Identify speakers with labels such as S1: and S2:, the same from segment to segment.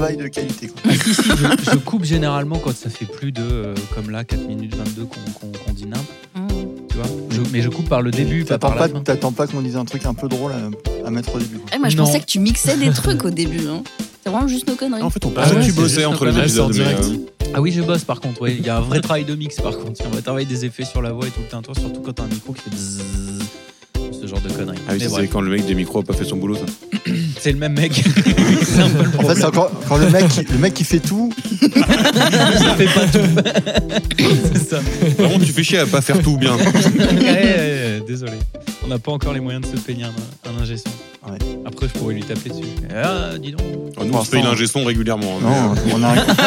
S1: travail de qualité, quoi.
S2: Si, je coupe généralement quand ça fait plus de, comme là, 4 minutes 22 qu'on dit nimp. Tu vois, mais je coupe par le début, pas par la fin.
S1: T'attends pas qu'on dise un truc un peu drôle à mettre au début, quoi.
S3: Moi, je pensais que tu mixais des trucs au début. Hein. C'est vraiment juste nos conneries.
S4: En fait, on pensait que tu bossais entre les épisodes.
S2: Ah oui, je bosse par contre. Il y a un vrai travail de mix par contre. Il y a un vrai travail des effets sur la voix et tout le temps, surtout quand t'as un micro qui fait bzzz, ce genre de conneries.
S4: Ah oui, c'est quand le mec des micros a pas fait son boulot, ça.
S2: C'est le même mec. C'est un peu le problème.
S1: En fait, c'est encore quand le mec qui fait tout.
S2: Ça fait pas tout. C'est ça.
S4: Vraiment, tu fais chier à pas faire tout bien.
S2: Désolé. On n'a pas encore les moyens de se payer un ingé son.
S1: Ouais.
S2: Après, je pourrais lui taper dessus. Ah, dis donc.
S4: Nous, on se paye l'ingé son régulièrement.
S1: Non, on a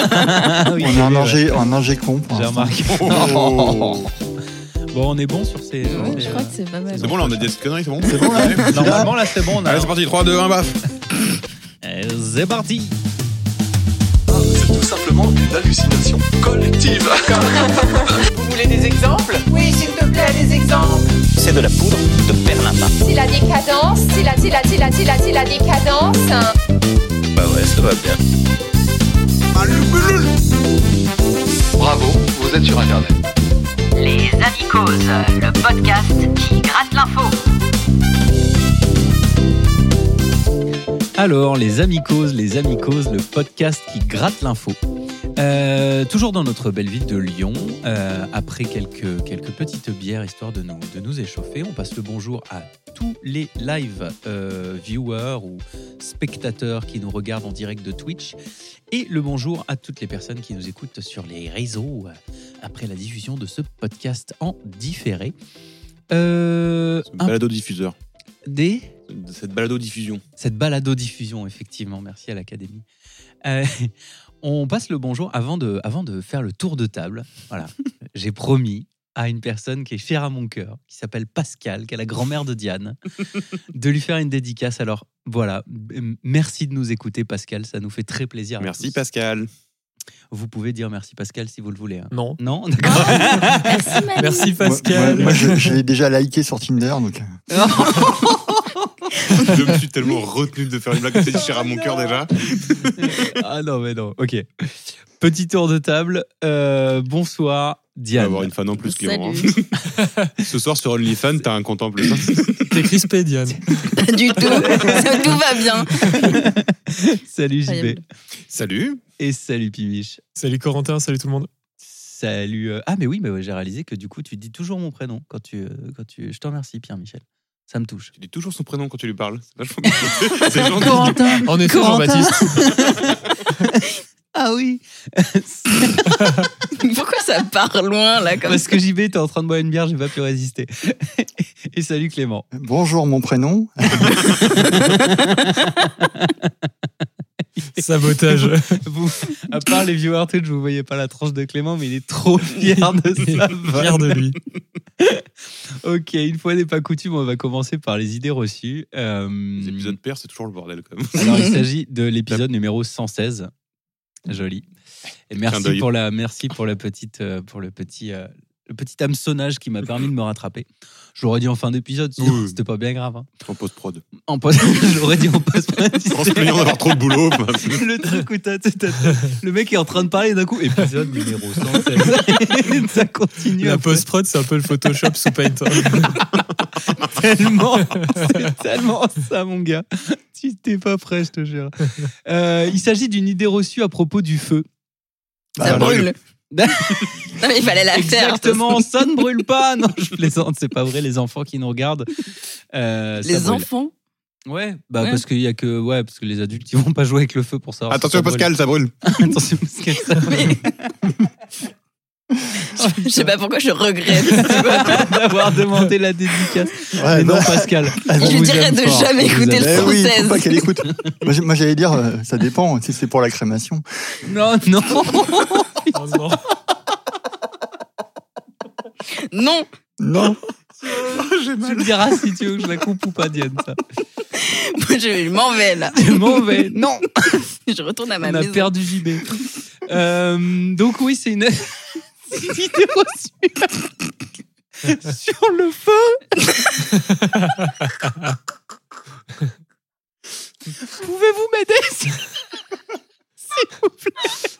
S1: un ingé con.
S2: J'ai remarqué. Bon, on est bon sur ces.
S3: Je crois que c'est pas mal.
S4: C'est bon, là, on a des conneries, c'est bon.
S1: C'est bon, là.
S2: Normalement, là, c'est bon.
S4: Allez, c'est parti, 3, 2, 1, baf.
S2: C'est parti.
S5: C'est tout simplement une hallucination collective.
S6: Vous voulez des exemples?
S7: Oui, s'il te plaît, des exemples.
S6: C'est de la poudre de perlimpin.
S7: C'est la décadence, c'est la décadence.
S6: Bah ouais, ça va bien.
S5: Bravo, vous êtes sur Internet.
S8: Les Amicoses, le podcast qui gratte l'info.
S2: Alors, les Amicoses, le podcast qui gratte l'info. Toujours dans notre belle ville de Lyon, après quelques petites bières histoire de nous échauffer, on passe le bonjour à tous les live viewers ou spectateurs qui nous regardent en direct de Twitch et le bonjour à toutes les personnes qui nous écoutent sur les réseaux après la diffusion de ce podcast en différé.
S4: Balado-diffuseur. Cette balado-diffusion.
S2: Cette balado-diffusion, effectivement. Merci à l'Académie. On passe le bonjour avant de faire le tour de table. Voilà. J'ai promis à une personne qui est chère à mon cœur, qui s'appelle Pascal, qui est la grand-mère de Diane, de lui faire une dédicace. Alors, voilà. Merci de nous écouter, Pascal. Ça nous fait très plaisir.
S4: Merci, Pascal.
S2: Vous pouvez dire merci, Pascal, si vous le voulez. Hein.
S9: Non.
S2: Non, d'accord.
S9: Merci, Pascal.
S1: Moi, je l'ai déjà liké sur Tinder, donc...
S4: Je me suis tellement retenu de faire une blague comme ça, cher à mon cœur déjà.
S2: Ah non, mais non. Ok. Petit tour de table. Bonsoir, Diane.
S4: On va avoir une fan en plus, Clément. Ce soir sur OnlyFans, t'as un compte en plus.
S9: T'es crispé, Diane.
S3: Pas du tout. Tout va bien.
S2: Salut JB.
S4: Salut.
S2: Et salut Pimiche.
S9: Salut Corentin, salut tout le monde.
S2: Salut. Ah mais oui, mais ouais, j'ai réalisé que du coup tu dis toujours mon prénom quand tu. Je te remercie Pierre-Michel. Ça me touche.
S4: Tu dis toujours son prénom quand tu lui parles. C'est vachement bien. C'est gentil.
S2: Corentin.
S9: En effet, Jean-Baptiste.
S2: Ah oui.
S3: Pourquoi ça part loin là comme
S2: Parce que JB était en train de boire une bière, j'ai pas pu résister. Et salut Clément.
S1: Bonjour, mon prénom.
S9: Sabotage.
S2: À part les viewers Twitch, vous voyez pas la tranche de Clément, mais il est trop fier de ça.
S9: Fier de lui.
S2: Ok, une fois n'est pas coutume, on va commencer par les idées reçues.
S4: Les épisodes pairs, c'est toujours le bordel quand même.
S2: Alors, il s'agit de l'épisode numéro 116. Joli. Et merci pour le petit hameçonnage qui m'a permis de me rattraper. Je l'aurais dit en fin d'épisode, sinon c'était pas bien grave. Hein.
S4: En post-prod.
S2: Je l'aurais dit en post-prod.
S4: On se plaignant d'avoir trop de boulot.
S2: Le truc où le mec est en train de parler d'un coup, épisode numéro 116. Ça continue.
S9: La post-prod, c'est un peu le Photoshop sous Paint.
S2: C'est tellement ça, mon gars. Si t'es pas prêt, je te jure. Il s'agit d'une idée reçue à propos du feu.
S3: Ça brûle. Non mais il fallait la faire.
S2: Exactement, ça ne brûle pas. Non, je plaisante, c'est pas vrai. Les enfants qui nous regardent.
S3: Les enfants.
S2: Ouais, parce qu'il y a parce que les adultes ils vont pas jouer avec le feu pour savoir.
S4: Attention, Pascal, ça brûle.
S2: Attention, Pascal, ça brûle.
S3: Je sais pas pourquoi je regrette
S2: d'avoir demandé la dédicace.
S1: Ouais,
S2: non, Pascal.
S3: Je dirais de jamais écouter le 116.
S1: Oui, faut pas qu'elle écoute. Moi, j'allais dire, ça dépend. Si c'est pour la crémation.
S2: Non.
S9: Oh, non.
S1: Non.
S2: Tu me diras si tu veux que je la coupe ou pas, Diane. Ça.
S3: Je m'en vais là.
S2: Je m'en vais. Non.
S3: Je retourne à ma
S2: maison. On a perdu JB. Donc oui, c'est une idée reçue sur le feu. Pouvez-vous m'aider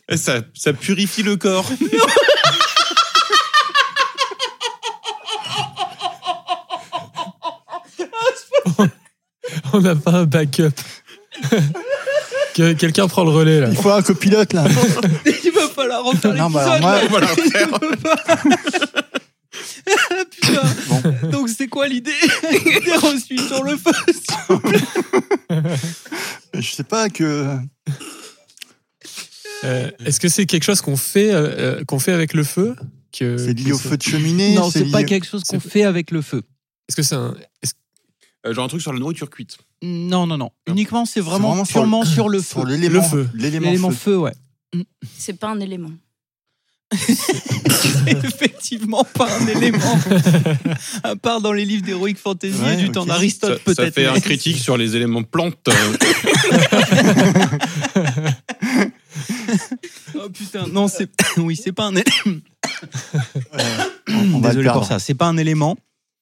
S4: Ça purifie le corps.
S9: On n'a pas un backup. Quelqu'un prend le relais, là.
S1: Il faut un copilote, là.
S2: Il va falloir refaire
S1: Non, bah,
S2: l'épisode.
S1: alors, moi-
S4: On va la refaire.
S2: Putain. Donc c'est quoi l'idée des reçus sur le feu?
S1: Je sais pas que...
S9: Est-ce que c'est quelque chose qu'on fait avec le feu
S1: C'est lié au feu de cheminée.
S2: Non, c'est pas
S1: lié-
S2: quelque chose qu'on
S9: c'est-
S2: fait avec le feu.
S9: Est-ce que c'est un...
S4: Genre un truc sur la nourriture cuite.
S2: Non. Uniquement, c'est vraiment,
S1: vraiment sur
S2: purement sur le feu.
S1: Sur l'élément
S9: Le feu.
S2: L'élément
S1: feu.
S2: feu, ouais.
S3: C'est pas un élément.
S2: C'est effectivement pas un élément. À part dans les livres d'Heroic Fantasy
S1: Ouais,
S2: et du temps
S1: ok.
S2: d'Aristote,
S4: Ça
S2: peut-être.
S4: fait un
S2: mais-
S4: critique sur les éléments plantes.
S2: Oh putain, non, c'est. Oui, c'est pas un élément.
S1: On va le
S2: Désolé
S1: perdre.
S2: pour ça, c'est pas un élément.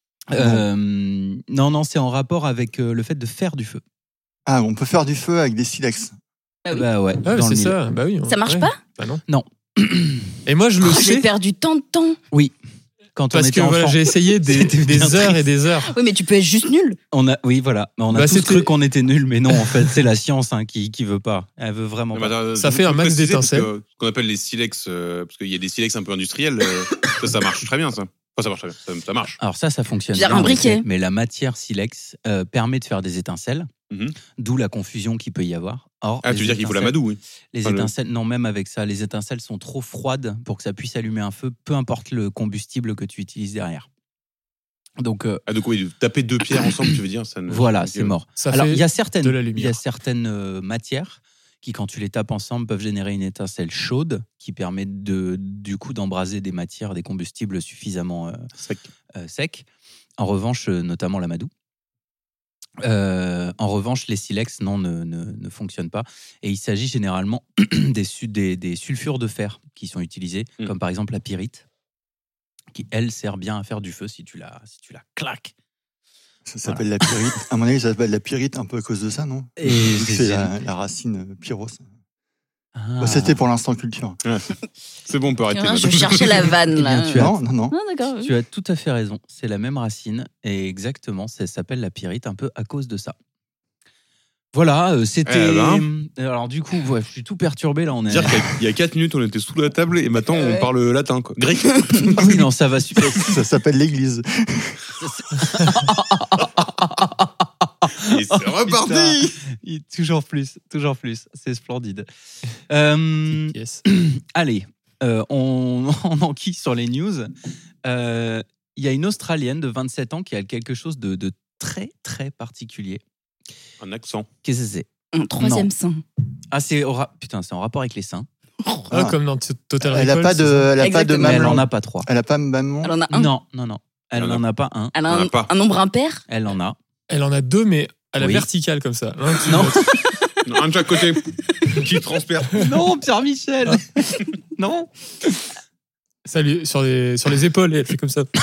S2: Non, c'est en rapport avec le fait de faire du feu.
S1: Ah, on peut faire du feu avec des silex.
S3: Ah oui.
S2: Bah ouais,
S9: Ah,
S2: dans le
S9: c'est
S2: mille.
S9: ça. Bah oui.
S3: Ça marche
S9: ouais.
S3: pas?
S9: Bah non.
S2: Non.
S9: Et moi, je le
S3: J'ai
S9: sais
S3: perdu tant de temps.
S2: Quand on
S9: parce
S2: était
S9: que voilà,
S2: enfant.
S9: j'ai essayé
S2: C'était bien
S9: des heures
S2: triste.
S9: et des heures.
S3: Oui, mais tu peux être juste nul.
S2: Oui, voilà. On a
S9: Bah,
S2: tous
S9: c'était-
S2: cru qu'on était nuls, mais non, en fait, c'est la science qui veut pas. Elle veut vraiment pas.
S9: Ça fait un max d'étincelles.
S4: Ce qu'on appelle les silex, parce qu'il y a des silex un peu industriels, ça marche très bien, ça. Enfin, ça marche très bien. Ça marche.
S2: Alors ça fonctionne
S3: Genre
S2: bien.
S3: un
S2: en
S3: briquet.
S2: effet, mais la matière silex permet de faire des étincelles,
S4: Mhm.
S2: d'où la confusion qu'il peut y avoir. Or,
S4: Ah,
S2: les
S4: tu veux dire qu'il faut
S2: étincelles-
S4: l'amadou, oui.
S2: Les
S4: Enfin, le-
S2: étincelles, non, même avec ça, les étincelles sont trop froides pour que ça puisse allumer un feu, peu importe le combustible que tu utilises derrière. Donc
S4: Ah, donc oui, taper deux pierres ensemble, tu veux dire ça ne...
S2: voilà,
S4: donc,
S2: c'est mort.
S9: Ça
S2: Alors
S9: fait
S2: il y a certaines,
S9: de la lumière.
S2: il y a certaines matières qui, quand tu les tapes ensemble, peuvent générer une étincelle chaude qui permet du coup d'embraser des matières, des combustibles suffisamment
S4: Sec.
S2: secs. En revanche, notamment l'amadou. En revanche, les silex, non, ne fonctionnent pas. Et il s'agit généralement des sulfures de fer qui sont utilisés, comme par exemple la pyrite, qui, elle, sert bien à faire du feu si tu la claques.
S1: Ça s'appelle la pyrite. À mon avis, ça s'appelle la pyrite un peu à cause de ça, non?
S2: Et
S1: Vu que c'est la racine pyros.
S2: Ah.
S1: Bah, c'était pour l'instant culture.
S4: C'est bon, on peut arrêter.
S3: Je
S4: maintenant.
S3: cherchais la vanne,
S2: Eh
S3: là.
S2: bien, tu as-
S1: Non.
S3: Ah, d'accord.
S2: Tu as tout à fait raison. C'est la même racine. Et exactement, ça s'appelle la pyrite un peu à cause de ça. Voilà, c'était...
S4: Eh ben.
S2: Alors du coup, ouais, je suis tout perturbé là. On est...
S4: Dire qu'il y a 4 minutes, on était sous la table et maintenant on
S3: Ouais.
S4: parle latin, quoi. Grec.
S2: Ah oui, non, ça va super.
S1: Ça s'appelle l'église.
S4: Et c'est reparti.
S2: Toujours plus. C'est splendide.
S9: Yes.
S2: Allez, on enquille sur les news. Il y a une Australienne de 27 ans qui a quelque chose de très, très particulier.
S4: Un accent.
S2: Qu'est-ce que c'est?
S3: Un troisième sein.
S2: Ah, c'est en rapport avec les seins.
S9: Ah, comme dans Total
S1: Elle a
S9: Recall.
S1: pas
S9: c'est ça
S1: de, elle a pas de
S3: Exactement.
S2: Mais elle
S1: mamelon.
S2: n'en a pas trois.
S1: Elle a pas de mamelon.
S3: Elle en a un.
S2: Non. Elle
S4: Elle en a-
S2: n'en a pas un.
S3: Elle a
S4: Elle en a pas.
S3: un nombre impair.
S2: Elle en a.
S9: Elle en a deux, mais à la
S2: Oui.
S9: verticale, comme ça. L'un dessus de
S2: Non.
S9: l'autre.
S4: Non, un de chaque côté qui transperce.
S2: Non, Pierre-Michel. Non.
S9: Ça lui, sur les épaules, et elle fait comme ça.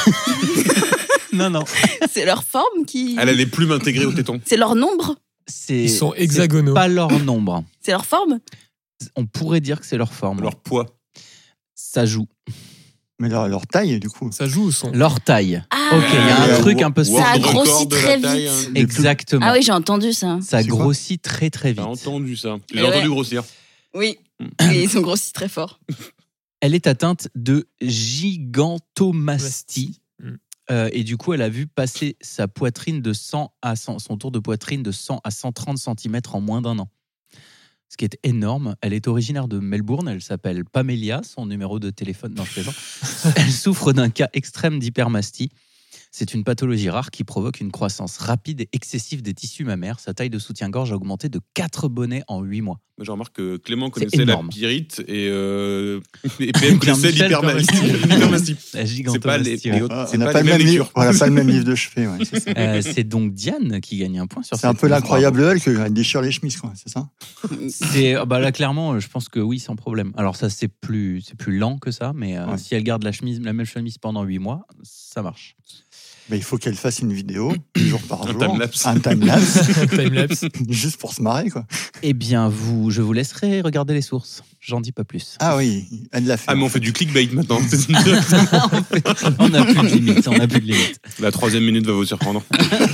S2: Non.
S3: C'est leur forme qui.
S4: Elle a les plumes intégrées au téton.
S3: C'est leur nombre.
S2: C'est,
S9: Ils sont
S2: c'est
S9: hexagonaux.
S2: pas leur nombre.
S3: C'est leur forme.
S2: On pourrait dire que c'est leur forme.
S4: Leur poids.
S2: Ça joue.
S1: Mais leur taille, du coup.
S9: Ça joue au son.
S2: Leur taille.
S3: Ah.
S2: Ok, il y a un truc un peu
S3: Ça a
S4: World record
S3: grossi
S4: de la
S3: très
S4: taille,
S3: vite.
S4: hein.
S2: Exactement.
S3: Ah oui, j'ai entendu ça.
S2: Ça
S1: C'est quoi
S2: grossit très très
S4: T'as
S2: vite.
S4: entendu ça.
S3: Et
S4: J'ai entendu
S3: ouais.
S4: grossir.
S3: Oui. Et ils ont grossi très fort.
S2: Elle est atteinte de gigantomastie.
S9: Mm.
S2: Et du coup, elle a vu passer sa poitrine de 100 à 100, son tour de poitrine de 100 à 130 cm en moins d'un an. Ce qui est énorme. Elle est originaire de Melbourne. Elle s'appelle Pamélia. Son numéro de téléphone, non, je plaisante. Elle souffre d'un cas extrême d'hypermastie. C'est une pathologie rare qui provoque une croissance rapide et excessive des tissus mammaires. Sa taille de soutien-gorge a augmenté de 4 bonnets en 8 mois.
S4: Moi, je remarque que Clément
S2: C'est
S4: connaissait la
S2: énorme.
S4: pyrite et PM connaissait
S2: Pierre-Michel
S4: l'hypermastie.
S2: La
S4: C'est pas les
S2: gigantomastie.
S4: les
S2: ouais.
S4: autres-
S1: Ah,
S4: c'est
S1: on n'a
S4: pas
S1: pas
S4: les
S1: le
S4: mêmes
S1: même livre.
S4: lectures.
S1: Voilà, pas le même livre de chevet. Ouais, c'est ça.
S2: C'est donc Diane qui gagne un point sur
S1: C'est un
S2: cette
S1: peu
S2: news.
S1: l'incroyable Hulk, elle déchire les chemises, quoi. C'est ça?
S2: Là, clairement, je pense que oui, sans problème. Alors ça, c'est plus lent que ça, mais
S1: Ouais.
S2: si elle garde la même chemise pendant 8 mois, ça marche.
S1: Mais il faut qu'elle fasse une vidéo, 2 jours par
S4: Un
S1: jour.
S4: time-lapse.
S1: Un time-lapse.
S9: Timelapse.
S1: Juste pour se marrer, quoi.
S2: Eh bien, je vous laisserai regarder les sources. J'en dis pas plus.
S1: Ah oui, elle l'a fait.
S4: Ah, mais on fait du clickbait maintenant.
S2: On n'a plus de limite.
S4: La 3e minute va vous surprendre.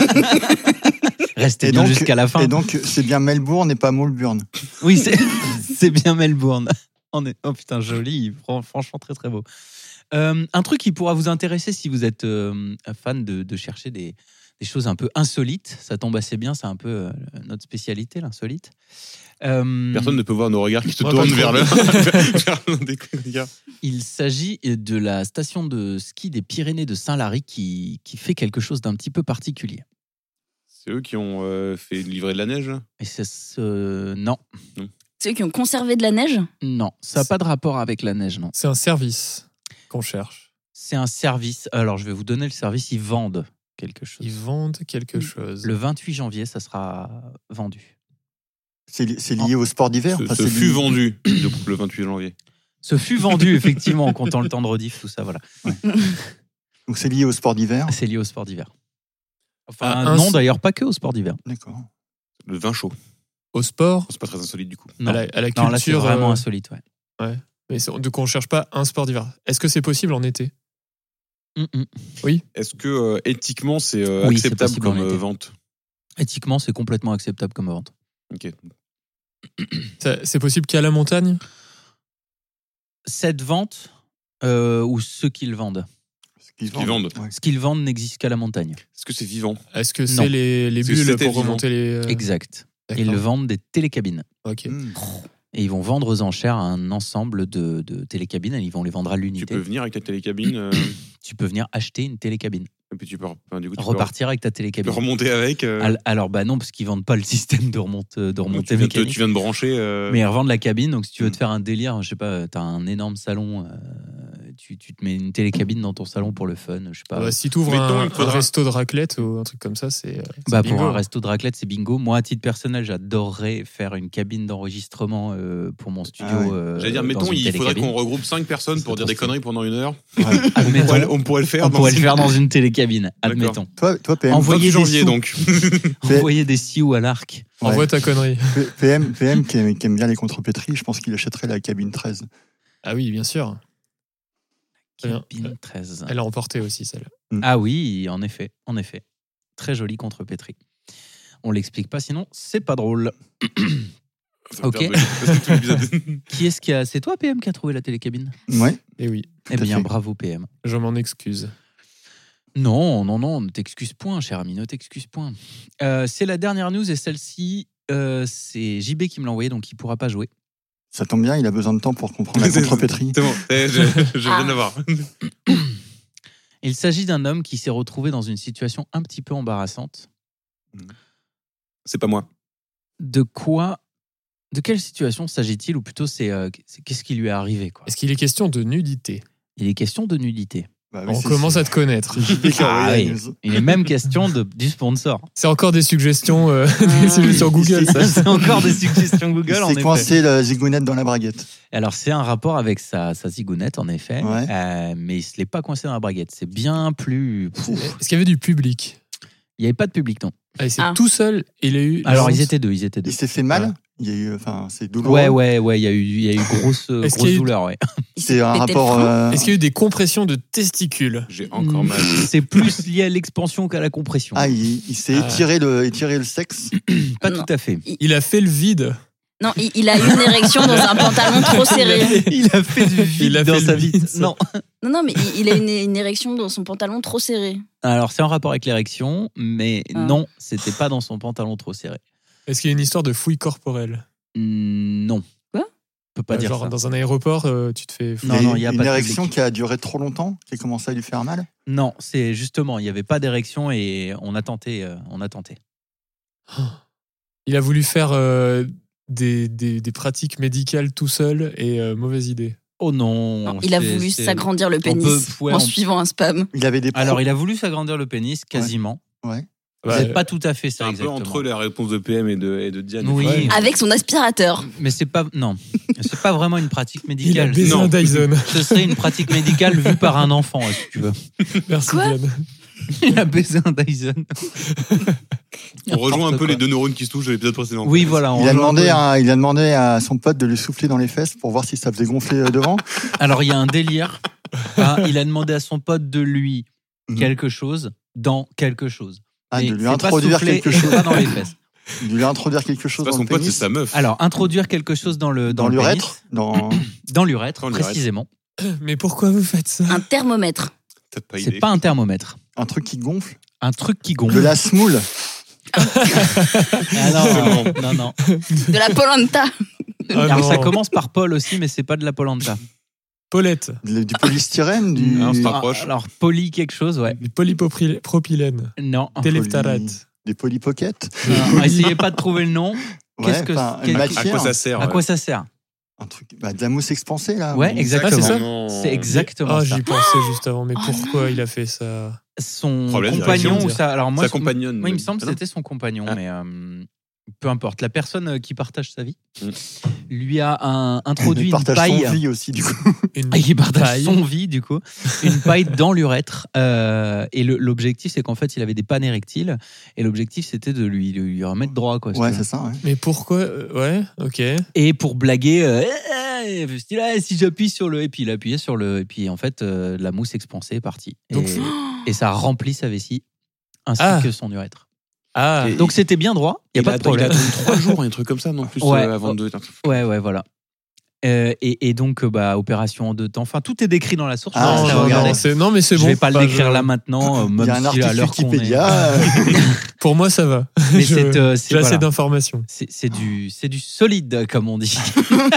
S2: Restez
S1: Et
S2: bien
S1: donc-
S2: jusqu'à la fin.
S1: Et donc, c'est bien Melbourne et pas Melbourne.
S2: Oui, c'est bien Melbourne. Oh putain, joli. Franchement, très très beau. Un truc qui pourra vous intéresser si vous êtes fan de chercher des choses un peu insolites. Ça tombe assez bien, c'est un peu notre spécialité, l'insolite.
S4: Personne ne peut voir nos regards qui se
S9: Moi,
S4: tournent
S9: pas
S4: vers
S9: trop.
S4: l'un des gars.
S2: Il s'agit de la station de ski des Pyrénées de Saint-Lary qui fait quelque chose d'un petit peu particulier.
S4: C'est eux qui ont fait livrer de la neige.
S2: Et c'est non,
S3: C'est eux qui ont conservé de la neige?
S2: non, ça n'a pas de rapport avec la neige, non.
S9: C'est un service qu'on cherche.
S2: C'est un service. Alors, je vais vous donner le service. Ils vendent quelque chose.
S9: Ils vendent quelque chose.
S2: Le 28 janvier, ça sera vendu.
S1: C'est lié au sport d'hiver. Enfin,
S4: Ce
S1: c'est
S4: fut
S1: lié-
S4: vendu le 28 janvier.
S2: Ce fut vendu, effectivement, en comptant le temps de rediff, tout ça, voilà.
S1: Donc c'est lié au sport d'hiver.
S2: C'est lié au sport d'hiver. Enfin,
S9: Ah,
S2: non, d'ailleurs, pas que au sport d'hiver.
S1: D'accord.
S4: Le vin chaud.
S9: Au sport,
S4: C'est pas très insolite du coup.
S2: Non,
S9: à la
S2: non là, c'est
S9: culture.
S2: vraiment insolite, ouais.
S9: Mais donc on ne cherche pas un sport d'hiver. Est-ce que c'est possible en été?
S4: Est-ce que éthiquement c'est
S2: Oui, c'est
S4: acceptable
S2: possible en
S4: comme
S2: été.
S4: vente?
S2: Éthiquement, c'est complètement acceptable comme vente.
S4: Ok.
S9: C'est possible qu'à la montagne?
S2: Cette vente, ou ceux qui le vendent.
S1: Ce qu'ils
S4: vendent.
S1: Ouais.
S2: Ce qu'ils vendent n'existe qu'à la montagne.
S4: Est-ce que c'est vivant?
S9: Est-ce que
S2: Non.
S9: c'est les
S4: Est-ce que
S9: bulles
S4: c'était
S9: pour
S4: vivant?
S9: remonter les...
S2: Exact.
S9: D'accord.
S2: Ils le vendent des télécabines.
S9: Ok.
S1: Mmh.
S2: Et ils vont vendre aux enchères un ensemble de télécabines. Et ils vont les vendre à
S4: Tu
S2: l'unité.
S4: peux venir avec ta télécabine
S2: Tu peux venir acheter une télécabine.
S4: et puis tu peux du coup tu
S2: Repartir avec ta
S4: peux
S2: télécabine.
S4: remonter avec.
S2: Alors, bah non, parce qu'ils vendent pas le système de remontée
S4: tu
S2: mécanique.
S4: viens de brancher.
S2: Mais ils revendent la cabine, donc si tu veux te faire un délire, je sais pas, t'as un énorme salon, tu te mets une télécabine dans ton salon pour le fun, je sais pas.
S9: Bah, si tu ouvres
S4: Mettons, il
S9: un
S4: faudra-
S9: resto de raclette ou un truc comme ça, c'est
S2: Bah,
S9: bingo.
S2: pour un resto de raclette, c'est bingo. Moi, à titre personnel, j'adorerais faire une cabine d'enregistrement pour mon studio.
S1: Ah ouais.
S4: J'allais dire,
S2: dans
S4: mettons,
S2: une
S4: il faudrait
S2: télécabine.
S4: qu'on regroupe 5 personnes pour
S2: C'est
S4: dire
S2: trop
S4: des conneries pendant 1 heure.
S2: Admettons,
S4: On pourrait le faire.
S2: on pourrait le
S4: dans-
S2: faire dans une télécabine,
S4: D'accord.
S2: admettons.
S1: Toi, PM,
S2: Envoyez
S4: 28
S2: des
S4: janvier
S2: sous.
S4: donc.
S2: Envoyer des sioux à l'arc.
S1: Ouais.
S9: Envoie ta connerie.
S1: PM qui aime bien les contrepétries, je pense qu'il achèterait la cabine 13.
S9: Ah oui, bien sûr. Très bien.
S2: Cabine 13.
S9: Elle a emporté aussi, celle.
S2: Ah oui, en effet. Très jolie contrepétrie. On l'explique pas, sinon c'est pas drôle. Ok. Qui est-ce qui a... C'est toi, PM, qui a trouvé la télécabine?
S1: Ouais.
S9: Et oui,
S2: Eh
S1: à
S2: bien,
S1: fait.
S2: bravo, PM.
S9: je m'en excuse.
S2: Non, ne t'excuse point, cher ami, ne t'excuse point. C'est la dernière news et celle-ci, c'est JB qui me l'a envoyée, donc il pourra pas jouer.
S1: Ça tombe bien, il a besoin de temps pour comprendre la contrepétrie.
S4: C'est bon, je viens de l'avoir.
S2: Il s'agit d'un homme qui s'est retrouvé dans une situation un petit peu embarrassante.
S4: C'est pas moi.
S2: De quelle situation s'agit-il? Ou plutôt, c'est qu'est-ce qui lui est arrivé, quoi.
S9: Est-ce qu'il est question de nudité?
S2: Il est question de nudité.
S1: Bah oui,
S9: On
S1: c'est-
S9: commence à te connaître.
S1: c'est JP qui a
S2: Ah
S1: envoyé la
S2: oui.
S1: news.
S2: Il est même question du sponsor.
S9: C'est encore des suggestions, des suggestions Google, ça.
S2: C'est encore des suggestions
S1: Il
S2: Google, en
S1: s'est
S2: effet.
S1: coincé la zigounette dans la braguette.
S2: Alors, c'est un rapport avec sa zigounette, en effet.
S1: Ouais.
S2: Mais il ne se l'est pas coincé dans la braguette. C'est bien plus...
S9: Est-ce qu'il y avait du public?
S2: Il n'y avait pas de public, non.
S9: Ah, c'est
S3: Ah.
S9: tout seul et il a eu...
S2: Alors,
S9: la
S2: ils
S9: honte.
S2: étaient deux.
S1: Il s'est fait mal. Il y a eu, enfin, c'est douloureux.
S2: Ouais, il y a eu grosse
S9: Est-ce qu'il y a eu-
S2: douleur, ouais.
S3: Il
S1: C'est
S3: s'est
S1: un
S3: pété le
S1: rapport.
S3: frein.
S9: Est-ce qu'il y a eu des compressions de testicules?
S4: J'ai encore mal.
S2: C'est plus lié à l'expansion qu'à la compression.
S1: Ah, il s'est
S9: Ah.
S1: étiré le sexe.
S2: Pas
S3: Non.
S2: tout à fait.
S9: Il a fait le vide.
S3: Non, il a eu une érection dans un pantalon trop serré.
S2: Il a fait du vide
S9: Il a
S2: dans
S9: fait le
S2: sa
S9: vide,
S2: vie.
S9: ça.
S2: Non.
S3: Non, mais il a une érection dans son pantalon trop serré.
S2: Alors, c'est en rapport avec l'érection, mais
S3: Ah.
S2: non, c'était pas dans son pantalon trop serré.
S9: Est-ce qu'il y a une histoire de fouille corporelle?
S2: Non.
S3: Quoi
S2: On peut pas dire
S9: Genre
S2: ça.
S9: dans un aéroport, tu te fais fouiller.
S2: Non, il y a
S1: une
S2: pas de
S1: érection
S2: public.
S1: qui a duré trop longtemps, qui a commencé à lui faire mal.
S2: Non, c'est justement, il n'y avait pas d'érection et on a tenté.
S9: Il a voulu faire des pratiques médicales tout seul et mauvaise idée.
S2: Oh non.
S3: Non, il a voulu s'agrandir le pénis
S2: ouais,
S3: en
S2: on-
S3: suivant un spam.
S1: Il avait des.
S2: Alors, il a voulu s'agrandir le pénis, quasiment.
S1: Ouais.
S2: Vous
S9: Ouais.
S2: n'êtes pas tout à fait
S4: C'est
S2: ça,
S4: un peu
S2: exactement.
S4: entre la réponse de PM et de Diane.
S2: Oui,
S9: Ouais.
S3: Avec son aspirateur.
S2: mais c'est pas. Non. C'est pas vraiment une pratique
S9: Il a
S2: médicale.
S9: baisé
S4: Non.
S9: un Dyson.
S2: Ce serait une pratique médicale vue par un enfant, si tu veux.
S9: Merci
S3: Quoi
S9: Diane.
S2: Il a baisé un Dyson.
S4: On rejoint un
S2: N'importe
S4: peu
S2: quoi.
S4: les 2 neurones qui se touchent de l'épisode précédent.
S2: Oui, voilà. on
S1: Il a
S2: rejoint un peu.
S1: demandé à son pote de lui souffler dans les fesses pour voir si ça faisait gonfler devant.
S2: Alors, il y a un délire. Il a demandé à son pote de lui quelque chose dans quelque chose.
S1: Ah,
S2: Mais
S1: de lui
S2: c'est pas
S1: introduire
S2: souffler
S1: quelque
S2: et c'est
S1: chose.
S2: pas dans les fesses.
S1: De lui introduire quelque chose
S4: C'est pas
S1: dans
S4: son
S1: le
S4: pote, c'est
S1: pénis.
S4: sa meuf.
S2: Alors, introduire quelque chose dans le
S1: l'urètre.
S2: Dans l'urètre,
S4: Dans l'urètre.
S2: précisément.
S9: Mais pourquoi vous faites ça?
S3: Un thermomètre.
S4: T'as pas
S2: C'est
S4: idée.
S2: pas un thermomètre.
S1: Un truc qui gonfle.
S2: Un truc qui gonfle.
S1: De la semoule.
S2: Ah non, non.
S3: De la polenta.
S9: Ah
S2: Alors,
S9: non.
S2: ça commence par Paul aussi, mais c'est pas de la polenta.
S9: Paulette.
S1: Du polystyrène. Du...
S4: Non, c'est pas- Rapproche.
S2: Alors, poly quelque chose, ouais.
S9: Du polypropylène.
S2: Non.
S9: Téléphtarate.
S1: Des polypockets.
S2: Non, essayez pas de trouver le nom. Qu'est-ce que
S1: enfin,
S2: c'est
S1: une
S2: À
S4: À
S1: matière.
S4: quoi ça sert
S2: À quoi ça sert
S1: Un truc, de la mousse expansée là.
S2: Ouais, exactement.
S9: Exactement.
S2: C'est exactement
S9: Ah,
S2: ça.
S9: j'y pensais juste avant. Mais
S3: Oh
S9: pourquoi il a fait ça?
S2: Son
S4: Problème,
S2: compagnon
S9: direction.
S2: ou ça. Alors moi,
S4: Sa compagnonne.
S2: Moi, il me semble que
S4: Ah non.
S2: c'était son compagnon,
S4: Ah.
S2: mais peu importe. La personne qui partage sa vie
S4: Mm.
S2: lui a introduit
S1: Il
S2: une
S1: partage
S2: paille.
S1: son vie aussi du coup.
S9: Une
S2: Il partage
S9: paille.
S2: son vie, du coup. Une paille dans l'urètre. Et l'objectif, c'est qu'en fait, il avait des pannes érectiles. Et l'objectif, c'était de lui remettre droit. Quoi, si
S1: Ouais,
S2: tu veux.
S1: c'est ça. Ouais.
S9: Mais pourquoi? Ouais, ok.
S2: Et pour blaguer, si j'appuie sur le. Et puis il appuyait sur le. Et puis en fait, la mousse expansée est partie.
S9: Donc-
S2: Et ça remplit sa vessie, ainsi
S9: Ah.
S2: que son urètre.
S9: Ah,
S4: Et-
S2: Donc c'était bien droit, il n'y a pas de
S4: Il a
S2: problème.
S4: attendu 3 jours, un truc comme ça, non plus,
S2: Ouais.
S4: avant de.
S2: Ouais, voilà. Et donc, opération en 2 temps. Enfin, tout est décrit dans la source.
S1: Ah,
S2: je vous laisse
S9: non,
S2: regarder.
S9: non, mais c'est
S2: Je
S9: bon.
S2: vais pas le
S9: Enfin,
S2: décrire là maintenant,
S1: Il
S2: même
S1: y a un
S2: si à
S1: article
S2: l'heure qu'on est.
S1: Wikipédia.
S9: Pour moi, ça va.
S2: Mais
S9: Je-
S2: c'est,
S9: J'ai assez
S2: voilà.
S9: d'informations.
S2: C'est du solide, comme on dit.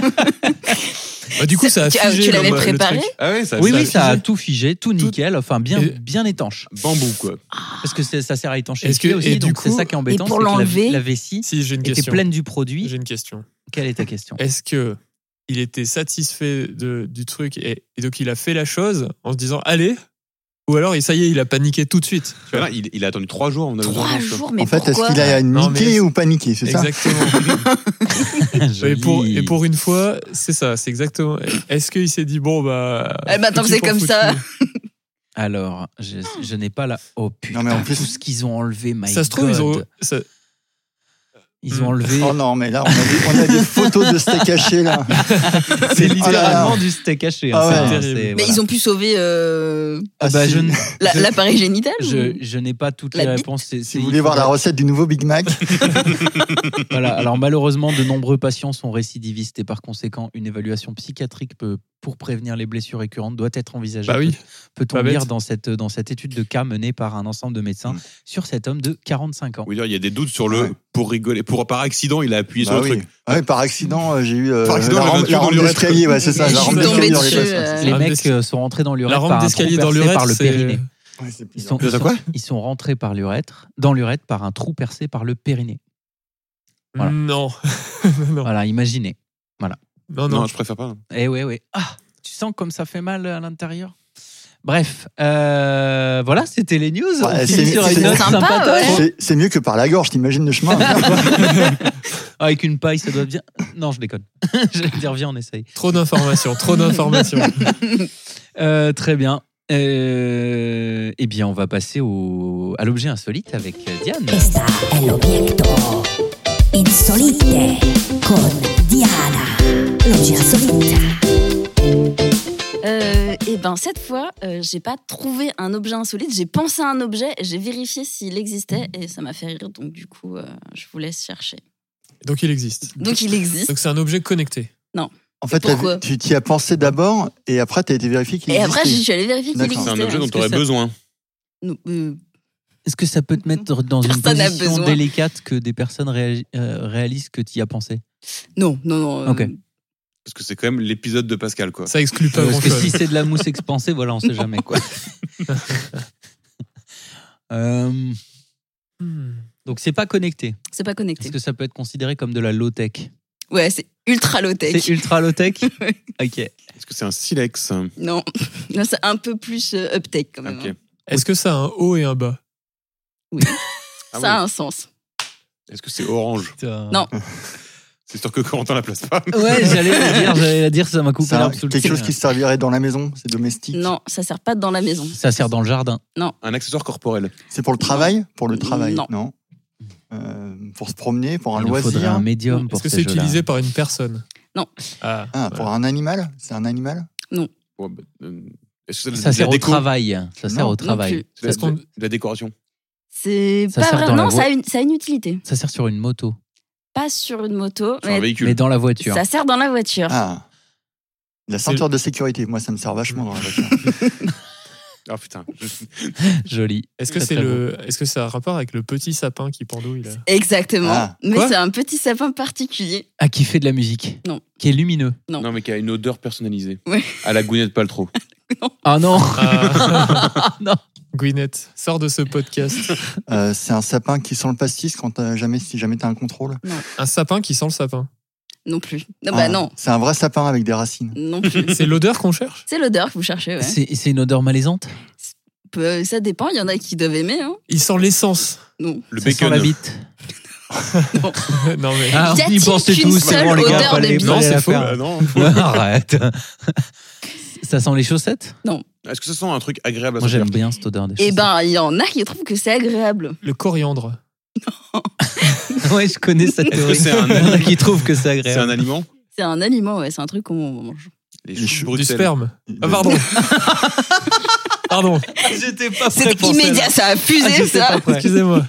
S9: Bah, du coup, ça a
S3: Tu
S9: figé
S3: l'avais
S9: le
S3: préparé?
S9: truc.
S4: Ah ouais, ça
S2: Oui,
S9: a
S2: ça a
S9: figé.
S2: tout figé, tout nickel, enfin
S9: Et-
S2: bien étanche.
S4: Bambou, quoi.
S2: Parce que ça sert à étancher
S9: Est-ce que-
S2: aussi,
S9: et du
S2: donc c'est
S9: coup-
S2: ça qui est embêtant.
S3: Et pour
S2: c'est que
S3: l'enlever-
S2: la vessie
S9: Si, j'ai une
S2: était
S9: question.
S2: pleine du produit.
S9: J'ai une question.
S2: Quelle est ta question?
S9: Est-ce que il était satisfait du truc et donc il a fait la chose en se disant allez, ou alors ça y est, il a paniqué tout de suite. Tu vois.
S4: Voilà, il a attendu 3 jours. On a
S3: 3 jours, mais
S1: En fait, est-ce
S3: pourquoi?
S1: qu'il a
S9: Non,
S1: niqué
S9: mais-
S1: ou paniqué, c'est ça?
S9: Exactement.
S2: Joli.
S9: et pour une fois, c'est ça, c'est exactement. Est-ce qu'il s'est dit bon bah.
S3: Eh ben, tant que c'est
S9: foutu pour
S3: comme ça.
S9: foutu.
S2: Alors, je n'ai pas la. Oh putain,
S1: Non, mais en plus-
S2: tout ce qu'ils ont enlevé, my
S9: Ça se trouve,
S2: God. Ils ont enlevé.
S1: Oh non, mais là, on a des photos de steak haché là.
S2: C'est
S1: Oh là
S2: littéralement
S1: là.
S2: du steak haché.
S1: Ah
S2: ça,
S1: ouais.
S2: c'est-
S9: Terrible.
S3: Mais
S2: voilà.
S3: ils ont pu sauver
S2: Ah bah,
S1: si.
S3: l'appareil génital?
S2: je n'ai pas toutes
S3: La
S2: les
S3: bite.
S2: réponses.
S1: Si vous voulez voir la recette du nouveau Big Mac,
S2: Voilà. Alors malheureusement, de nombreux patients sont récidivistes et par conséquent, une évaluation psychiatrique pour prévenir les blessures récurrentes doit être envisagée.
S9: Bah oui.
S2: Peut-on
S9: Pas
S2: lire
S9: bête.
S2: dans cette étude de cas menée par un ensemble de médecins sur cet homme de 45 ans.
S4: Oui, il y a des doutes sur le.
S1: Ouais.
S4: Pour rigoler. Par accident, il a appuyé
S1: bah
S4: sur le
S1: oui.
S4: truc.
S1: Ouais, par accident, j'ai eu
S4: Par accident,
S1: la
S4: j'avais un
S1: rampe,
S4: tuyau dans
S1: rampe
S4: l'urètre.
S1: d'escalier, ouais, c'est ça,
S3: Je
S1: la
S3: suis
S1: rampe
S3: tombée
S1: d'escalier dans les
S3: dessus,
S1: fesses.
S2: Les
S9: rampe
S2: mecs sont rentrés dans
S9: La
S2: l'urètre
S9: rampe
S2: par un trou
S9: d'escalier dans
S2: percé
S9: l'urètre,
S2: par le
S9: c'est-
S2: périnée.
S1: Ouais, c'est
S2: Ils
S1: bizarre.
S2: sont,
S4: De quoi
S2: ils sont rentrés dans l'urètre par un trou percé par le périnée. Voilà.
S9: Non. non.
S2: Voilà, imaginez.
S9: Non,
S4: Non,
S9: non.
S4: je préfère pas.
S2: Eh ouais. Ah, tu sens comme ça fait mal à l'intérieur. Bref, voilà, c'était les news.
S1: Ouais,
S2: On finit
S1: c'est-
S2: sur
S1: c'est
S2: une note
S3: sympa,
S2: sympatoche.
S3: ouais.
S1: C'est mieux que par la gorge, t'imagines le chemin.
S2: Avec une paille, ça doit bien. Non, je déconne. J'allais dire, viens, on essaye.
S9: Trop d'informations, trop d'informations.
S2: Très bien. Eh bien, on va passer à l'objet insolite avec Diane.
S10: Esta è l'obietto insolite con Diana. L'objet insolite.
S3: Et ben cette fois, j'ai pas trouvé un objet insolite, j'ai pensé à un objet, j'ai vérifié s'il existait et ça m'a fait rire, donc du coup, je vous laisse chercher.
S9: Donc il existe.
S3: Donc il existe.
S9: Donc c'est un objet connecté.
S1: En fait,
S3: Pourquoi
S1: tu t'y as pensé d'abord et après, t'as été vérifié qu'il
S3: Et
S1: existait.
S3: après, je suis allée vérifier qu'il
S1: D'accord.
S3: existait.
S4: C'est un objet dont
S2: Est-ce
S4: tu
S2: que
S4: aurais
S2: ça-
S4: besoin.
S3: Non,
S2: Est-ce que ça peut te mettre dans une
S3: Personne n'a
S2: position
S3: besoin.
S2: délicate que des personnes réalisent que tu y as pensé?
S3: non.
S2: Ok.
S4: Parce que c'est quand même l'épisode de Pascal, quoi.
S9: Ça exclut pas
S2: Parce que
S9: grand-chose.
S2: si c'est de la mousse expansée, voilà, on sait jamais quoi. Donc c'est pas connecté.
S3: C'est pas connecté.
S2: Est-ce que ça peut être considéré comme de la low tech?
S3: Ouais, c'est ultra low tech.
S2: C'est ultra low tech.
S3: Ouais.
S2: Ok.
S4: Est-ce que c'est un silex?
S3: Non, non, c'est un peu plus up tech quand même.
S4: Ok.
S3: hein.
S9: Est-ce que ça a un haut et un bas?
S3: Oui.
S4: Ah
S3: Ça a
S4: oui.
S3: un sens.
S4: Est-ce que c'est orange?
S3: Non.
S4: C'est sûr que Corentin la place pas.
S2: Ouais, j'allais la dire, ça m'a coupé
S1: C'est
S2: l'herbe sous le
S1: quelque
S2: pied.
S1: chose qui se servirait dans la maison, c'est domestique.
S3: Non, ça sert pas dans la maison.
S2: Ça sert dans le jardin.
S4: Un accessoire corporel.
S1: C'est pour le travail? Pour le travail,
S3: Non.
S1: Pour se promener, pour un
S2: Il nous faudrait
S1: loisir.
S2: un médium pour
S9: Est-ce que
S2: ces
S9: c'est
S2: jeux-là.
S9: utilisé par une personne?
S3: Non.
S9: Ah,
S1: Pour un animal? C'est un animal?
S4: Ouais, est-ce que c'est
S2: Ça
S4: de
S2: sert
S4: la
S2: au
S4: déco
S2: travail. Ça sert
S1: Non,
S2: au travail.
S3: plus.
S4: C'est de la décoration.
S3: C'est
S2: Ça
S3: pas
S2: sert dans
S3: vraiment.
S2: la
S3: Non,
S2: voie-
S3: ça a une utilité.
S2: Ça sert sur une moto.
S3: Pas sur une moto,
S4: Sur un
S3: mais
S4: véhicule.
S2: Mais dans la voiture.
S3: ça sert dans la voiture.
S1: Ah. La ceinture de sécurité, moi ça me sert vachement dans la voiture.
S4: Ah putain.
S2: Joli.
S9: est-ce que
S2: Très,
S9: c'est
S2: très
S9: est-ce que ça a un rapport avec le petit sapin qui pendouille là?
S3: Exactement.
S1: Ah.
S3: Mais
S9: Quoi
S3: c'est un petit sapin particulier.
S2: Ah, qui fait de la musique.
S3: Non.
S2: Qui est lumineux.
S3: Non.
S4: Non, mais qui a une odeur personnalisée.
S3: Ouais.
S4: À la Gwyneth Paltrow.
S2: Ah non.
S9: Ah,
S2: Non.
S9: Gwyneth, sors de ce podcast.
S1: C'est un sapin qui sent le pastis quand si jamais t'as un contrôle.
S9: Un sapin qui sent le sapin.
S3: Non plus. Non,
S1: Ah,
S3: bah non.
S1: C'est un vrai sapin avec des racines.
S3: Non plus.
S9: C'est l'odeur qu'on cherche?
S3: C'est l'odeur que vous cherchez, ouais.
S2: C'est une odeur malaisante.
S3: Ça dépend, il y en a qui doivent aimer. Hein.
S9: Il sent l'essence.
S3: Non.
S4: Le
S2: Ça sent
S4: bacon.
S2: la bite.
S9: Non mais.
S2: Ah,
S3: Y
S2: on y
S3: a-t-il
S2: pensait
S3: qu'une
S2: tous. C'est
S3: seule
S2: bon, les gars,
S3: odeur
S2: fallait-
S3: de bite?
S2: fallait
S9: Non, c'est
S2: la
S9: faux.
S2: faire.
S4: Non.
S2: Arrête. Ça sent les chaussettes?
S4: Est-ce que ça sent un truc agréable à
S2: Moi,
S4: sentir?
S2: j'aime bien cette odeur des
S3: Eh
S2: chaussettes.
S3: ben, il y en a qui trouvent que c'est agréable.
S9: Le coriandre.
S2: Ouais, je connais cette
S4: Est-ce que
S2: théorie.
S4: c'est un
S2: Il y en a qui trouvent que c'est
S4: C'est
S2: agréable.
S4: un aliment?
S3: C'est un aliment, ouais, c'est un truc qu'on mange.
S4: Les
S1: Les
S4: choux de
S1: choux-
S9: Du
S4: Bruxelles.
S9: sperme. Ah, pardon. Pardon.
S2: J'étais pas
S3: C'est immédiat, ça a fusé, ça.
S9: Excusez-moi.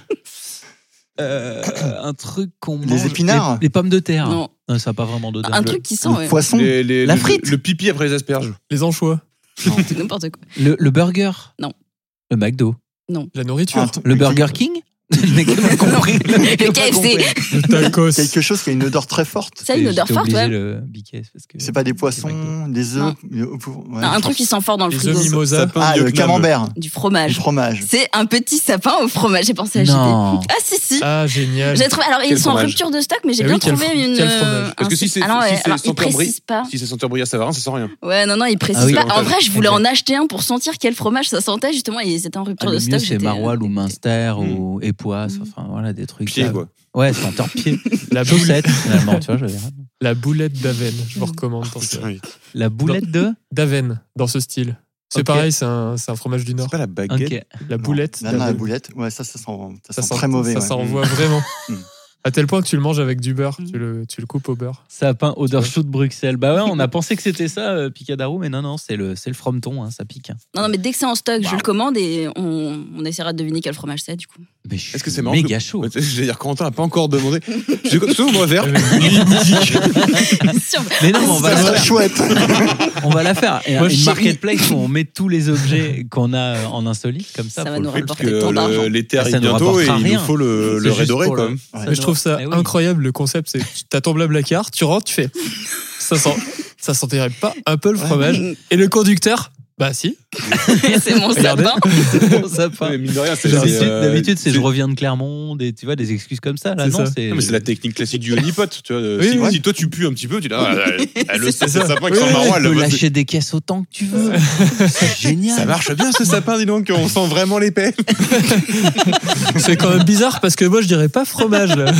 S2: Un truc qu'on mange.
S1: Les épinards?
S2: Les pommes de terre.
S3: Non.
S2: Non, ça n'a pas vraiment d'odeur.
S3: Un truc qui sent,
S1: Le
S3: ouais.
S1: poisson?
S2: La frite.
S4: Le pipi après les asperges.
S9: Les anchois.
S3: C'est n'importe quoi.
S2: Le burger.
S3: Non.
S2: Le McDo.
S9: La nourriture.
S2: Le Burger King. Le mec n'a pas compris.
S3: Le KFC.
S9: Le tacos.
S1: Quelque chose qui a une odeur très forte.
S3: Ça a une odeur
S2: J'étais
S3: forte,
S2: obligé
S3: ouais.
S2: le biquet parce que
S1: C'est pas des poissons, des œufs. Ouais.
S3: Un truc qui sent fort dans le
S9: Les
S3: frigo.
S9: œufs mimosa.
S4: Sapin
S1: Ah, le
S4: Vietnam.
S1: camembert.
S3: Du
S1: Du
S3: fromage.
S1: fromage.
S3: C'est un petit sapin au fromage. J'ai pensé à JD.
S2: Non.
S3: Ah, si.
S9: Ah, génial.
S3: J'ai trouvé. Alors,
S4: Quel
S3: ils sont en
S4: fromage
S3: rupture de stock, mais j'ai
S9: Eh
S3: bien
S9: oui, quel
S3: trouvé une.
S9: quel fromage.
S4: Parce que si c'est
S3: Ah non, ouais,
S4: si c'est
S3: alors, ils
S4: senteur
S3: précisent pas.
S4: si c'est senteur brie à Savarin, ça sent rien.
S3: Ouais, non, ils précisent
S2: Ah oui.
S3: pas. En vrai, je voulais
S2: Ok.
S3: en acheter un pour sentir quel fromage ça sentait, justement, et ils étaient en rupture
S2: le
S3: de
S2: mieux
S3: stock.
S2: c'est
S3: j'étais-
S2: maroilles ou Munster
S4: Mm.
S2: ou époisse. Enfin voilà des trucs.
S4: Pied, quoi.
S2: Ouais, senteur pied.
S9: La,
S2: Chaussette finalement. Tu vois, je dirais.
S9: la boulette d'Aven. Je vous recommande. Dans ce...
S4: Putain,
S2: La boulette de.
S9: D'Aven, dans ce style. C'est
S2: Ok.
S9: pareil, c'est un fromage du
S4: C'est
S9: Nord.
S4: pas la baguette.
S2: Ok.
S9: La boulette
S1: Là, la
S9: d'Aven.
S1: boulette. Ouais, ça sent
S9: Ça
S1: très mauvais.
S9: Ça
S1: ouais.
S9: s'envoie vraiment.
S1: Mm.
S9: À tel point que tu le manges avec du beurre. Tu le coupes au beurre.
S2: Sapin odeur chaude Bruxelles. Bah ouais, on a pensé que c'était ça, Picadaro, mais non, c'est le frometon, hein, ça pique. Hein.
S3: Non, mais dès que c'est en stock, je
S2: Wow.
S3: le commande et on essaiera de deviner quel fromage c'est, du coup.
S2: Mais
S4: Est-ce que c'est marrant
S2: méga
S4: que-
S2: chaud.
S4: Ouais, je vais dire, Corentin n'a pas encore demandé. Je sais quoi, ce qu'on va faire.
S3: Sûr.
S2: Mais non, mais on va
S1: Ça
S2: la
S1: serait
S2: faire.
S1: chouette.
S2: On va la faire. Et
S9: Moi,
S2: une
S9: chérie.
S2: marketplace où on met tous les objets qu'on a en insolite, comme ça.
S3: Ça va
S2: faut
S3: nous
S2: le-
S4: Oui, parce
S3: rapporter tant d'argent.
S4: que l'été
S2: Ah,
S4: arrive
S2: ça nous
S4: bientôt et
S2: rapportera
S4: il
S2: rien.
S4: nous faut le
S2: C'est
S4: raid
S2: juste
S4: doré
S2: pour
S4: quand
S2: le-
S4: même.
S1: Ouais.
S9: Mais je trouve ça
S2: Eh oui.
S9: incroyable le concept. C'est t'as ton blablacar, tu rentres, tu fais. Ça sentirait pas un peu le fromage. Et le conducteur, bah si.
S3: C'est mon
S9: Regardez.
S3: sapin.
S2: C'est bon, ça part.
S4: Mais mine de rien, c'est
S2: D'habitude, c'est je reviens de Clermont, tu vois, des excuses comme ça. Là,
S9: C'est
S2: non,
S9: ça.
S2: c'est.
S4: Non, mais c'est la technique classique du honeypot. Tu vois,
S9: Oui,
S4: si,
S9: oui.
S4: si toi tu pues un petit peu, tu dis ah, le
S3: C'est
S4: c'est le sapin qui
S9: Oui,
S4: sent le
S9: oui,
S4: marron.
S2: Tu
S4: elle
S2: peux
S4: va-
S2: lâcher des caisses autant que tu veux. C'est génial.
S4: Ça marche bien ce sapin, dis donc, on sent vraiment l'épais.
S9: C'est quand même bizarre parce que moi je dirais pas fromage là.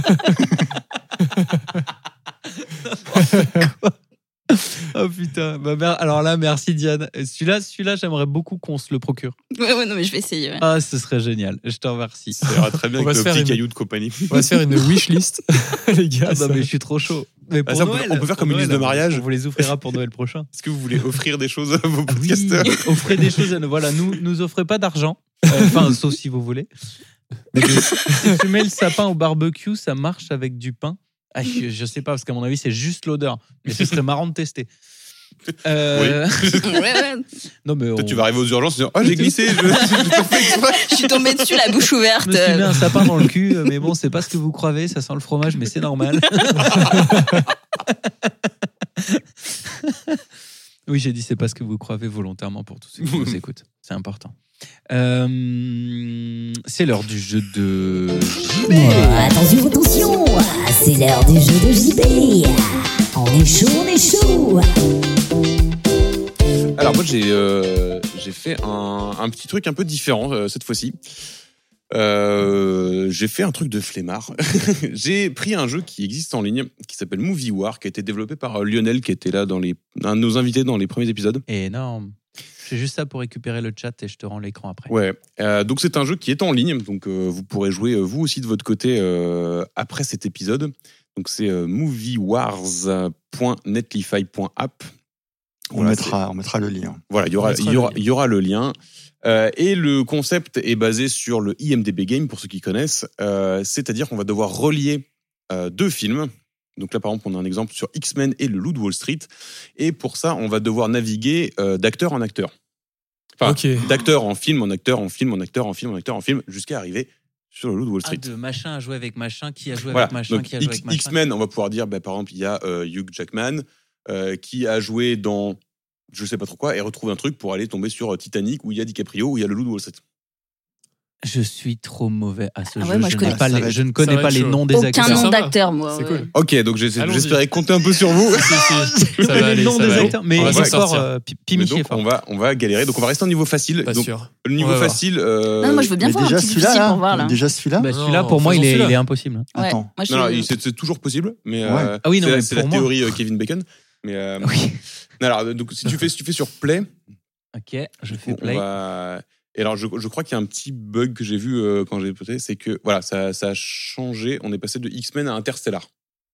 S2: Oh putain. Alors là, merci Diane. Celui-là, j'aimerais beaucoup qu'on se le procure.
S3: Ouais, non, mais je vais essayer. Ouais.
S2: Ah, ce serait génial. Je te remercie.
S4: Ça ira très bien
S9: On va
S4: avec
S9: se
S4: le
S9: faire
S4: petit
S9: une-
S4: caillou de compagnie.
S9: On va se faire une wish list, les gars.
S2: Ah,
S9: ça.
S2: non, mais je suis trop chaud. Mais
S4: Ah,
S2: pour
S4: ça, on peut-
S2: Noël,
S4: on peut faire
S2: pour
S4: comme une liste
S2: Noël,
S4: de mariage.
S2: On vous les offrira pour Noël prochain.
S4: Est-ce que vous voulez offrir des choses à vos
S2: Ah oui,
S4: podcasteurs?
S2: offrez des choses. Voilà, nous offrez pas d'argent. Enfin, sauf si vous voulez. Mais si tu mets le sapin au barbecue, ça marche avec du pain. Ah, je sais pas, parce qu'à mon avis, c'est juste l'odeur. Mais ce serait marrant de tester.
S3: Ouais.
S2: Non, mais
S4: Toi, tu vas arriver aux urgences en disant oh, j'ai glissé, j'ai pas fait exprès.
S3: Je suis tombée dessus, la bouche ouverte.
S2: Je me suis mis un sapin dans le cul, mais bon, c'est pas ce que vous croyez, ça sent le fromage, mais c'est normal. Oui, j'ai dit c'est pas ce que vous croyez volontairement pour tous ceux qui nous écoutent. C'est important. C'est l'heure du jeu de JB.
S10: Attention, c'est l'heure du jeu de JB. On est chaud.
S4: Alors moi j'ai fait un petit truc un peu différent cette fois-ci. J'ai fait un truc de flemmard. J'ai pris un jeu qui existe en ligne, qui s'appelle Movie War, qui a été développé par Lionel, qui était là un de nos invités dans les premiers épisodes.
S2: Énorme. Je fais juste ça pour récupérer le chat et je te rends l'écran après.
S4: Ouais. Donc c'est un jeu qui est en ligne, donc vous pourrez jouer vous aussi de votre côté après cet épisode. Donc c'est moviewars.netlify.app.
S1: On mettra le lien.
S4: Voilà, il y aura le lien. Et le concept est basé sur le IMDb Game, pour ceux qui connaissent. C'est-à-dire qu'on va devoir relier 2 films. Donc là, par exemple, on a un exemple sur X-Men et le Loup de Wall Street. Et pour ça, on va devoir naviguer d'acteur en acteur. Enfin, d'acteur en film, en acteur, en film, en acteur, en film, en acteur, en film, jusqu'à arriver sur le Loup de Wall Street.
S2: De machin à jouer avec machin, qui a joué avec machin,
S4: donc,
S2: qui a joué avec machin.
S4: X-Men, on va pouvoir dire, par exemple, il y a Hugh Jackman qui a joué dans je sais pas trop quoi et retrouve un truc pour aller tomber sur Titanic où il y a DiCaprio, où il y a le Loup de Wall Street.
S2: Je suis trop mauvais à ce jeu.
S3: Ouais, moi, je
S2: ne connais pas les noms des acteurs.
S3: Aucun nom d'acteur, moi.
S9: C'est cool.
S4: Ok, donc j'espérais compter un peu sur vous.
S2: Je connais les noms des acteurs, mais il sort Pimichi est fort.
S4: On va galérer, donc on va rester au niveau facile.
S9: Pas
S4: donc,
S9: sûr.
S4: Le niveau facile.
S3: Non, moi je veux bien voir un petit difficile pour voir là.
S1: Déjà celui-là.
S2: Celui-là, pour moi, il est impossible.
S1: Attends.
S4: Non, c'est toujours possible, mais
S1: ouais.
S2: Ah oui, non,
S4: c'est la théorie Kevin Bacon. Mais
S2: oui.
S4: Alors, donc si tu fais sur Play.
S2: Ok, je fais Play.
S4: Et alors, je crois qu'il y a un petit bug que j'ai vu quand j'ai posé, c'est que voilà, ça a changé. On est passé de X-Men à Interstellar.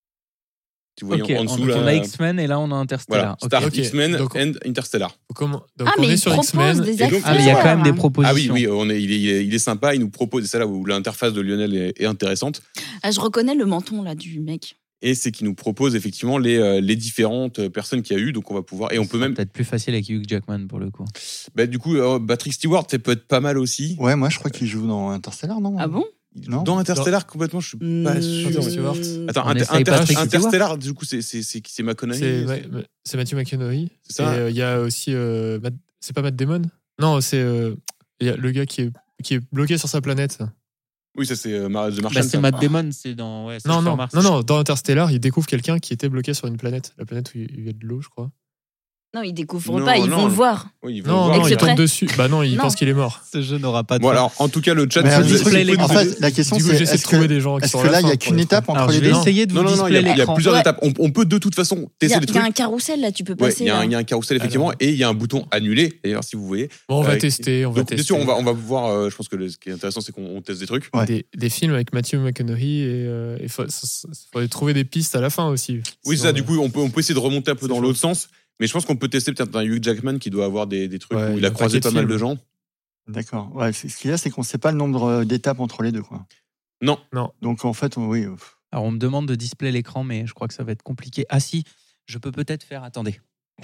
S4: Tu vois, en dessous là.
S2: On a X-Men et là on a Interstellar.
S4: Voilà, Start X-Men and Interstellar.
S9: Donc on est sur X-Men.
S3: Mais il
S2: y a quand même des propositions.
S4: Ah oui, il est sympa. Il nous propose, et c'est là où l'interface de Lionel est intéressante.
S3: Ah, je reconnais le menton là du mec.
S4: Et c'est qu'il nous propose effectivement les différentes personnes qu'il y a eu, donc on va pouvoir, et on peut même
S2: peut-être plus facile avec Hugh Jackman pour le coup.
S4: Du coup, Patrick Stewart, ça peut être pas mal aussi.
S1: Ouais, moi je crois qu'il joue dans Interstellar, non?
S3: Ah bon?
S1: Non.
S4: Dans Interstellar, complètement, je suis pas sûr. Attends, Interstellar, du coup, c'est McConaughey.
S9: C'est Matthew McConaughey.
S4: C'est ça.
S9: Et il y a aussi, c'est pas Matt Damon? Non, c'est il y a le gars qui est bloqué sur sa planète.
S4: Oui, ça c'est The Martian.
S2: C'est Matt Damon, c'est dans. Ouais,
S9: non, dans Interstellar, il découvre quelqu'un qui était bloqué sur une planète, la planète où il y a de l'eau, je crois.
S3: Non, ils découvrent pas, ils vont le voir.
S4: Oui, ils vont le voir.
S9: Il tombe dessus. Bah non, il pense qu'il est mort.
S2: Ce jeu n'aura pas de.
S4: Bon, alors, en tout cas, le chat.
S1: En fait, la question c'est
S9: j'essaie de trouver des gens qui sont là.
S1: Est-ce que là, il n'y a qu'une étape entre les deux?
S2: Je vais essayer de vous displayer l'écran.
S4: Il y a plusieurs étapes. On peut de toute façon tester des trucs.
S3: Il y a un carrousel là, tu peux passer.
S4: Il y a un carrousel effectivement, et il y a un bouton annuler. D'ailleurs, si vous voyez.
S9: Bon, on va tester.
S4: Bien sûr, on va voir. Je pense que ce qui est intéressant, c'est qu'on teste des trucs.
S9: Des films avec Matthew McConaughey et il faudrait trouver des pistes à la fin aussi.
S4: Oui, c'est ça. Du coup, on peut essayer de remonter un peu dans l'autre sens. Mais je pense qu'on peut tester peut-être un Hugh Jackman qui doit avoir des trucs où il a croisé pas mal de gens.
S1: D'accord. Ouais, ce qu'il y a, c'est qu'on ne sait pas le nombre d'étapes entre les deux, quoi.
S4: Non.
S1: Donc en fait, oui.
S2: Alors on me demande de displayer l'écran, mais je crois que ça va être compliqué. Ah si, je peux peut-être faire. Attendez.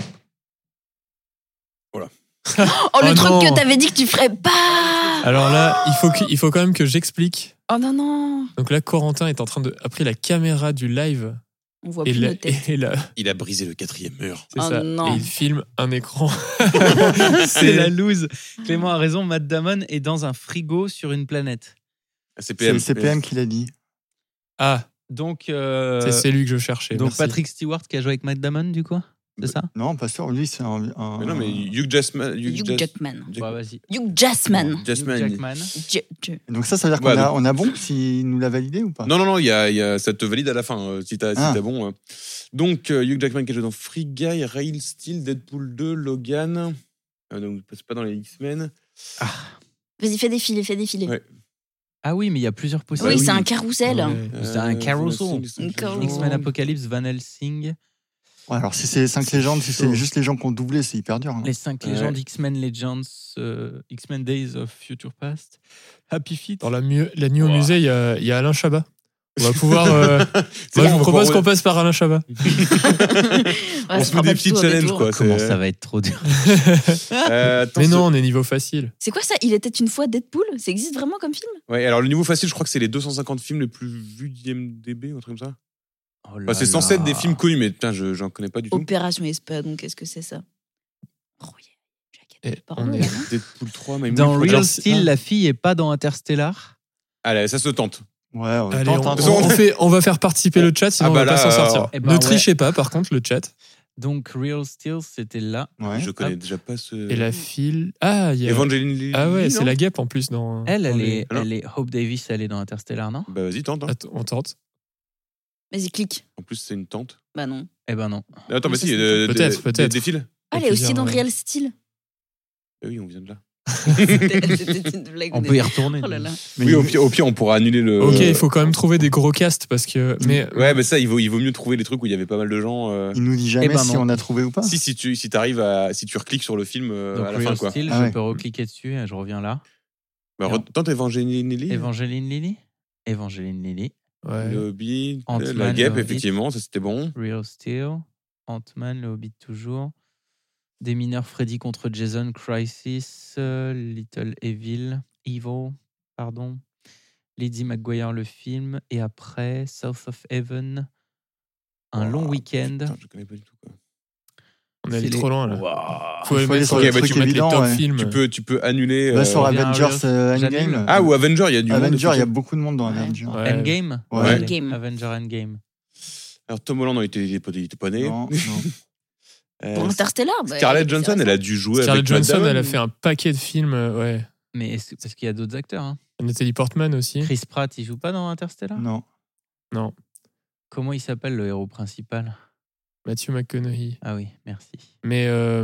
S4: Voilà.
S3: Le truc que t'avais dit que tu ferais pas.
S9: Alors là, il faut quand même que j'explique.
S3: Oh non.
S9: Donc là, Corentin est en train de, après la caméra du live.
S3: On voit plus nos têtes.
S4: Il a brisé le 4e mur.
S9: C'est ça.
S3: Non.
S9: Et il filme un écran.
S2: C'est la loose. Clément a raison, Matt Damon est dans un frigo sur une planète.
S1: C'est le CPM qui l'a dit.
S9: Ah.
S2: Donc.
S9: C'est lui que je cherchais.
S2: Donc
S9: merci.
S2: Patrick Stewart qui a joué avec Matt Damon, du coup? C'est ça?
S1: Non, pas sûr. Lui, c'est un...
S4: Mais non, mais Hugh Jackman.
S2: Bah, vas-y.
S3: Hugh Jackman.
S1: Donc ça veut dire qu'on a bon s'il nous l'a validé ou pas?
S4: Non, ça te valide à la fin si t'as bon. Donc Hugh Jackman qui a joué dans Free Guy, Rail Steel, Deadpool 2, Logan. Donc c'est pas dans les X-Men.
S3: Vas-y, fais défiler.
S4: Ouais.
S2: Ah oui, mais il y a plusieurs possibilités.
S3: Oui, c'est un carrousel.
S2: C'est un carousel. X-Men Apocalypse, Van Helsing.
S1: Ouais, alors si c'est 5 légendes, si c'est juste les gens qui ont doublé, c'est hyper dur. Hein.
S2: Les 5 légendes, X-Men Legends, X-Men Days of Future Past, Happy Feet.
S9: Dans la nuit au musée, il y a Alain Chabat. On va pouvoir. Je vous propose qu'on passe par Alain Chabat.
S4: On se met des petits challenges, quoi.
S2: Comment ça va être trop dur.
S9: Mais non, on est niveau facile.
S3: C'est quoi ça? Il était une fois Deadpool? Ça existe vraiment comme film?
S4: Ouais, alors le niveau facile, je crois que c'est les 250 films les plus vus d'IMDb, ou un truc comme ça. C'est censé être des films connus, mais putain, j'en connais pas du tout.
S3: Opération Espadon, qu'est-ce que c'est ça?
S4: On est Deadpool 3, mais
S2: dans Real Steel, la fille est pas dans Interstellar.
S4: Allez, ça se tente.
S1: Ouais,
S9: on va faire participer le chat, sinon on va pas s'en sortir. Ne trichez pas, par contre, le chat.
S2: Donc, Real Steel, c'était là.
S1: Ouais.
S4: Je connais
S2: Hop.
S4: déjà pas ce.
S9: Et la file. Ah, il y a.
S4: Evangeline Lilly.
S9: Ah ouais, c'est
S4: non
S9: la guêpe en plus dans.
S2: Elle,
S9: dans
S2: elle
S9: les-
S2: est, elle est. Hope Davis, elle est dans Interstellar, non?
S4: Bah vas-y, tente. Hein.
S9: Attends, on tente.
S3: Vas-y, clique.
S4: En plus, c'est une tente.
S3: Bah non.
S2: Eh ben non.
S4: Attends,
S3: Mais
S4: bah
S3: ça,
S4: si,
S3: c'est
S9: peut-être.
S4: Des fils.
S3: Ah, elle
S9: Et
S3: est aussi
S9: plusieurs,
S3: dans
S9: ouais.
S3: Real Steel.
S4: Ah oui, on vient de là.
S3: C'était une blague.
S2: On peut y retourner.
S3: Oh là là.
S1: Mais
S4: Oui,
S1: il-
S4: au pire, on pourra annuler le.
S9: Ok, il faut quand même trouver des gros castes parce que. Mais
S4: Ouais, mais ça, il vaut mieux trouver les trucs où il y avait pas mal de gens.
S1: il nous dit jamais
S2: Eh ben
S1: si
S2: non.
S1: on a trouvé ou pas.
S4: Si tu arrives à. Si tu recliques sur le film
S2: Donc,
S4: à la
S2: Real
S4: fin, quoi.
S2: Steel,
S1: Ah
S2: je
S1: ouais.
S2: peux recliquer dessus et je reviens là.
S4: Bah, tente Evangeline Lilly.
S2: Evangeline Lilly. Evangeline Lilly.
S9: ouais.
S4: Le Hobbit,
S2: Ant-Man,
S4: la guêpe,
S2: le Hobbit.
S4: effectivement, ça c'était bon.
S2: Real Steel. Ant-Man, le Hobbit toujours. Des mineurs, Freddy contre Jason, Crisis, Little Evil, pardon. Lizzie McGuire, le film. Et après, South of Heaven, un long week-end.
S4: Putain, je connais pas du tout, quoi.
S9: On est allé
S2: C'est
S9: trop
S2: les-
S9: loin là.
S2: Waouh.
S9: Faut les
S1: faut aller
S9: mettre
S1: sur
S9: sur
S1: les
S9: les
S4: trucs
S9: trucs mettre
S1: évidents,
S9: les top
S1: ouais.
S9: films.
S4: Tu peux annuler.
S1: Va sur
S2: bien,
S1: Avengers
S2: Real-
S1: Endgame.
S2: j'annule.
S4: Ah, ou Avenger, il y a du monde.
S1: Avenger, il y a
S4: effectivement.
S1: beaucoup de monde dans Avenger.
S9: Ouais.
S2: Endgame.
S1: Ouais.
S2: Allez,
S3: Endgame.
S2: Avenger Endgame.
S4: Alors, Tom Holland, il était pas né.
S1: Non, non.
S3: Pour Interstellar. bah,
S4: Scarlett
S3: c'est
S4: Johansson,
S3: récent.
S4: elle a dû jouer
S9: Scarlett
S4: avec Matt
S9: Johansson,
S4: Damon.
S9: elle a fait un paquet de films. Ouais.
S2: Mais parce qu'il y a d'autres acteurs. Hein.
S9: Nathalie Portman aussi.
S2: Chris Pratt, il joue pas dans Interstellar?
S1: Non.
S9: Non.
S2: Comment il s'appelle le héros principal?
S9: Matthew McConaughey.
S2: Ah oui, merci.
S9: Mais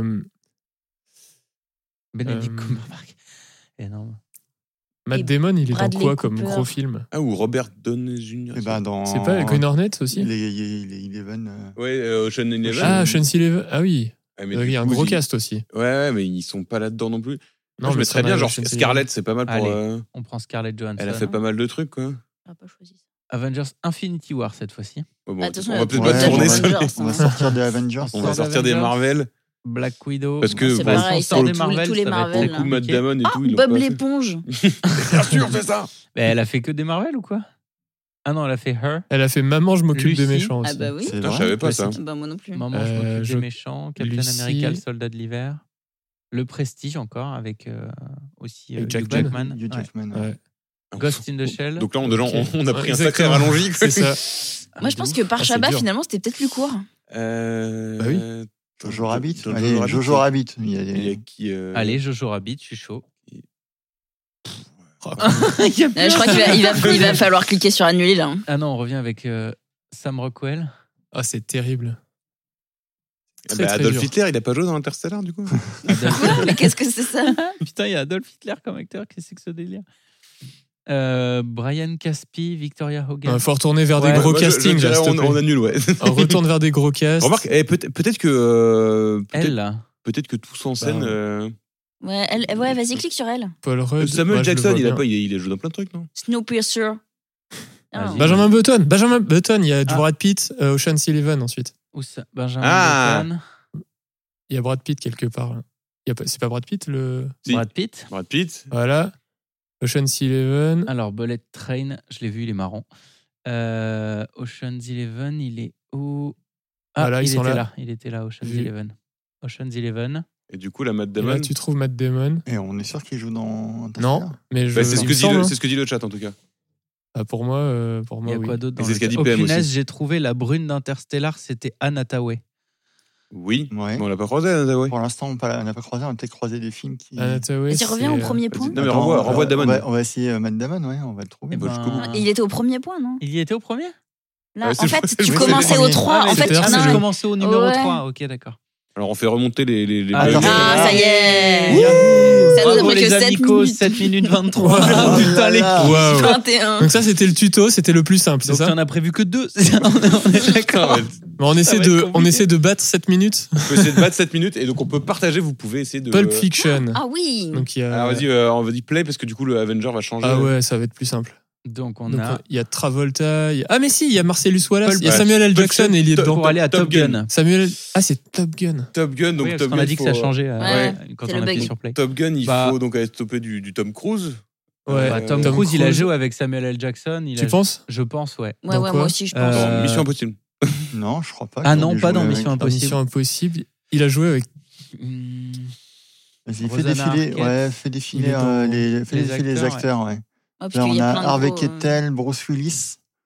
S2: Benedict
S9: Euh,
S2: Cumberbatch. Énorme.
S9: Matt
S3: Et
S9: Damon, il est dans
S3: Bradley
S9: quoi comme
S3: Cooper.
S9: gros film?
S4: Ah, ou Robert Downey Jr.
S1: Et ben dans.
S9: C'est pas Green Hornet aussi?
S1: Il est Eleven.
S4: Ouais, Ocean Eleven.
S9: Ah, Ocean's Eleven. Ah oui.
S4: Ouais, mais
S9: Il y a un
S4: du coup,
S9: gros
S4: ils-
S9: cast aussi.
S4: Ouais, mais ils sont pas là-dedans non plus.
S9: Non,
S4: Moi, je
S9: mais
S4: mettrais
S9: ça
S4: bien,
S9: va,
S4: genre
S9: Ocean's
S4: Scarlett, c'est pas mal pour.
S2: Allez. On prend Scarlett Johansson.
S4: Elle a fait pas mal de trucs, quoi.
S3: On a pas choisi ça.
S2: Avengers Infinity War cette fois-ci.
S4: Ouais, bon,
S3: Attention,
S4: on va peut-être
S1: Ouais,
S4: pas tourner
S1: on
S4: ça.
S3: Avengers,
S1: On va
S3: hein.
S1: sortir des Avengers.
S4: On va
S2: Sort
S4: sortir des
S2: d'Avengers.
S4: Marvel.
S2: Black Widow.
S4: Parce que,
S3: C'est
S4: bah,
S3: pareil,
S2: on
S3: ça,
S2: sort des
S3: tous-
S2: Marvel,
S3: tous les
S2: ça va être
S3: Marvel,
S2: compliqué.
S4: Coup Matt Damon et
S3: Ah,
S4: tout. ils l'ont
S3: Bob
S4: pas fait.
S3: l'éponge.
S4: Bien sûr, c'est ça.
S2: Mais elle a fait que des Marvel ou quoi? Ah non, elle a fait Her.
S9: Elle a fait Maman, je m'occupe
S2: Lucy.
S9: des méchants aussi.
S3: Ah bah oui.
S1: C'est
S4: Putain, je
S1: vrai.
S4: savais pas ça.
S3: Bah moi non plus.
S2: Maman, je m'occupe
S9: je-
S2: des méchants. Captain
S9: Lucy.
S2: America, le soldat de l'hiver. Le Prestige encore avec aussi
S9: Avec
S2: Hugh
S9: Jackman.
S2: Jackman.
S1: Hugh
S2: Ouais.
S1: Jackman.
S9: Ouais.
S2: Ghost in the Shell.
S4: Donc là, on a pris un sacré
S9: Exactement.
S4: rallongi. quoi.
S9: C'est ça.
S3: Moi je pense que par
S9: Ah, c'est
S3: Chabat
S9: dur.
S3: finalement c'était peut-être plus court.
S4: Bah
S9: oui.
S1: Jojo Rabbit.
S4: Jojo
S1: Allez,
S4: Rabbit.
S1: Jojo Rabbit. Il y a
S4: Il y a
S1: des...
S4: qui
S2: Allez, Jojo Rabbit, je suis chaud.
S9: Oh,
S3: Je crois qu'il va falloir cliquer sur annuler là.
S2: Ah non, on revient avec Sam Rockwell.
S9: Ah, c'est terrible.
S4: Ah
S9: Très,
S4: bah,
S9: très
S4: Adolf
S9: dur.
S4: Hitler, il a pas joué dans Interstellar, du coup.
S3: Mais qu'est-ce que c'est ça?
S2: Putain, il y a Adolf Hitler comme acteur. Qu'est-ce que c'est que ce délire? Brian Caspi, Victoria Hogan.
S9: Il faut retourner vers
S2: Ouais,
S9: des gros
S4: Moi,
S9: castings.
S4: je
S9: là,
S4: dirais,
S9: s'il te plaît.
S4: on annule, ouais.
S9: On retourne vers des gros casts.
S4: Remarque, peut-être que.
S2: Elle, là.
S4: Peut-être que tous en scène.
S3: Ouais, ouais, vas-y clique sur elle.
S9: Paul Rudd.
S4: Samuel
S9: moi, je le
S4: Jackson,
S9: vois
S4: il a
S9: bien.
S4: pas, il a joué dans plein de trucs, non?
S3: Snowpiercer. Ah.
S2: Vas-y.
S9: Benjamin Button, il y a
S2: Ah.
S9: Brad Pitt, Ocean's Eleven ensuite.
S2: Où ça? Benjamin
S4: Ah.
S2: Button.
S9: Il y a Brad Pitt quelque part. Là. C'est pas Brad Pitt le.
S4: Si.
S2: Brad Pitt.
S4: Brad Pitt.
S9: Voilà. Ocean's Eleven.
S2: Alors, Bullet Train, je l'ai vu, il est marrant. Ocean's Eleven, il est où? Ah,
S9: Voilà, ils
S2: il
S9: sont
S2: était
S9: là.
S2: là. Il était là, Ocean's
S9: Vu.
S2: Eleven. Ocean's Eleven.
S4: Et du coup, la Matt
S9: Et
S4: Damon.
S9: là, tu trouves Matt Damon.
S1: Et on est sûr qu'il joue dans
S9: Non,
S1: Interstellar.
S9: mais je.
S4: Bah, c'est ce
S9: il
S4: que
S9: me
S4: dit
S9: semble,
S4: le-
S9: hein.
S4: c'est ce que dit le chat, en tout cas.
S9: Ah, pour moi,
S2: Il y a
S9: oui.
S2: quoi d'autre
S4: Et
S2: dans
S4: c'est ce
S2: le
S4: qu'a dit
S2: chat?
S4: PM
S2: Oh, punaise,
S4: aussi.
S2: j'ai trouvé la brune d'Interstellar, c'était Anne Hathaway.
S4: Oui.
S1: Ouais.
S4: Mais on l'a pas croisé, Anna Hathaway.
S1: Pour l'instant, on n'a pas croisé. On va peut-être croiser des films qui.
S9: Anna Hathaway,
S3: Vas-y, reviens au premier point.
S4: Non, mais renvoie Damon.
S1: On va essayer Matt Damon, ouais, on va le trouver.
S2: Eh ben,
S4: jusqu'au bout.
S3: Il était au premier point, non?
S2: Il y était au premier?
S3: Là,
S4: Ouais, c'est
S3: en fait,
S4: le-
S3: tu
S4: c'est le
S3: commençais au
S1: premier.
S3: 3.
S2: Ah,
S3: En fait,
S9: c'est-à-dire que
S3: non,
S9: c'est
S2: je
S9: le-
S2: commençais au numéro
S3: Ouais.
S2: 3. Ok, d'accord.
S4: Alors, on fait remonter les
S2: Ah,
S4: blagues.
S3: Ah, ça y est.
S2: Wouh.
S3: Ça nous a
S2: Bravo
S3: pris
S2: les
S3: que 7
S2: amicos,
S3: minutes.
S2: 7 minutes 23.
S9: Wow.
S2: Putain, les
S9: Waouh.
S3: 21.
S9: Donc ça, c'était le tuto, c'était le plus simple, c'est
S2: Donc,
S9: ça?
S2: tu en as prévu que 2. on est d'accord.
S9: Mais on essaie
S2: va être
S9: on
S2: compliqué.
S9: essaie de battre 7 minutes.
S4: On peut essayer de battre 7 minutes et donc on peut partager. Vous pouvez essayer de.
S9: Pulp Fiction.
S3: Ah oui.
S9: Donc il y a.
S4: Alors vas-y, on va dire play parce que du coup le Avenger va changer.
S9: Ah ouais, ça va être plus simple.
S2: Donc, on
S9: Donc,
S2: a
S9: il y a Travolta. Ah mais si, il y a Marcellus Wallace.
S2: Pulp-
S9: Il y a Samuel L.
S4: Pulp
S9: Jackson
S4: Fiction,
S9: et il est dedans.
S2: pour aller à
S4: Top
S2: Top
S4: Gun.
S2: Gun.
S9: Samuel. Ah c'est Top Gun.
S4: Top Gun, donc
S2: Oui, parce
S4: Top
S2: qu'on
S4: Gun.
S2: a dit que ça changeait
S4: Ouais.
S2: quand
S3: C'est
S2: on
S3: le
S2: appuyait
S3: bug.
S2: sur Play.
S4: Top Gun, il
S2: Bah-
S4: faut donc aller stopper du Tom Cruise.
S9: Ouais.
S2: Bah, Tom Cruise, il a joué avec Samuel L. Jackson.
S9: Tu penses?
S2: Je pense, ouais.
S3: Ouais,
S9: Dans
S3: ouais,
S9: quoi
S3: moi aussi, je pense.
S2: Euh,
S4: Mission Impossible.
S1: Non, je crois pas.
S2: Ah
S1: qu'il
S2: non,
S1: ait
S2: pas
S1: joué
S2: dans
S1: avec-
S2: Mission Impossible.
S9: Mission Impossible. Il a joué avec.
S2: Hmm,
S1: Vas-y, fais
S2: Rosanna
S1: défiler,
S2: Arquette.
S1: ouais, fais défiler
S9: Il est dans
S1: les
S2: les
S1: acteurs, ouais.
S3: Ah, parce
S1: Là,
S3: qu'il
S1: on
S3: y a
S1: a
S3: plein de
S1: Harvey
S3: gros,
S1: Keitel, Bruce Willis.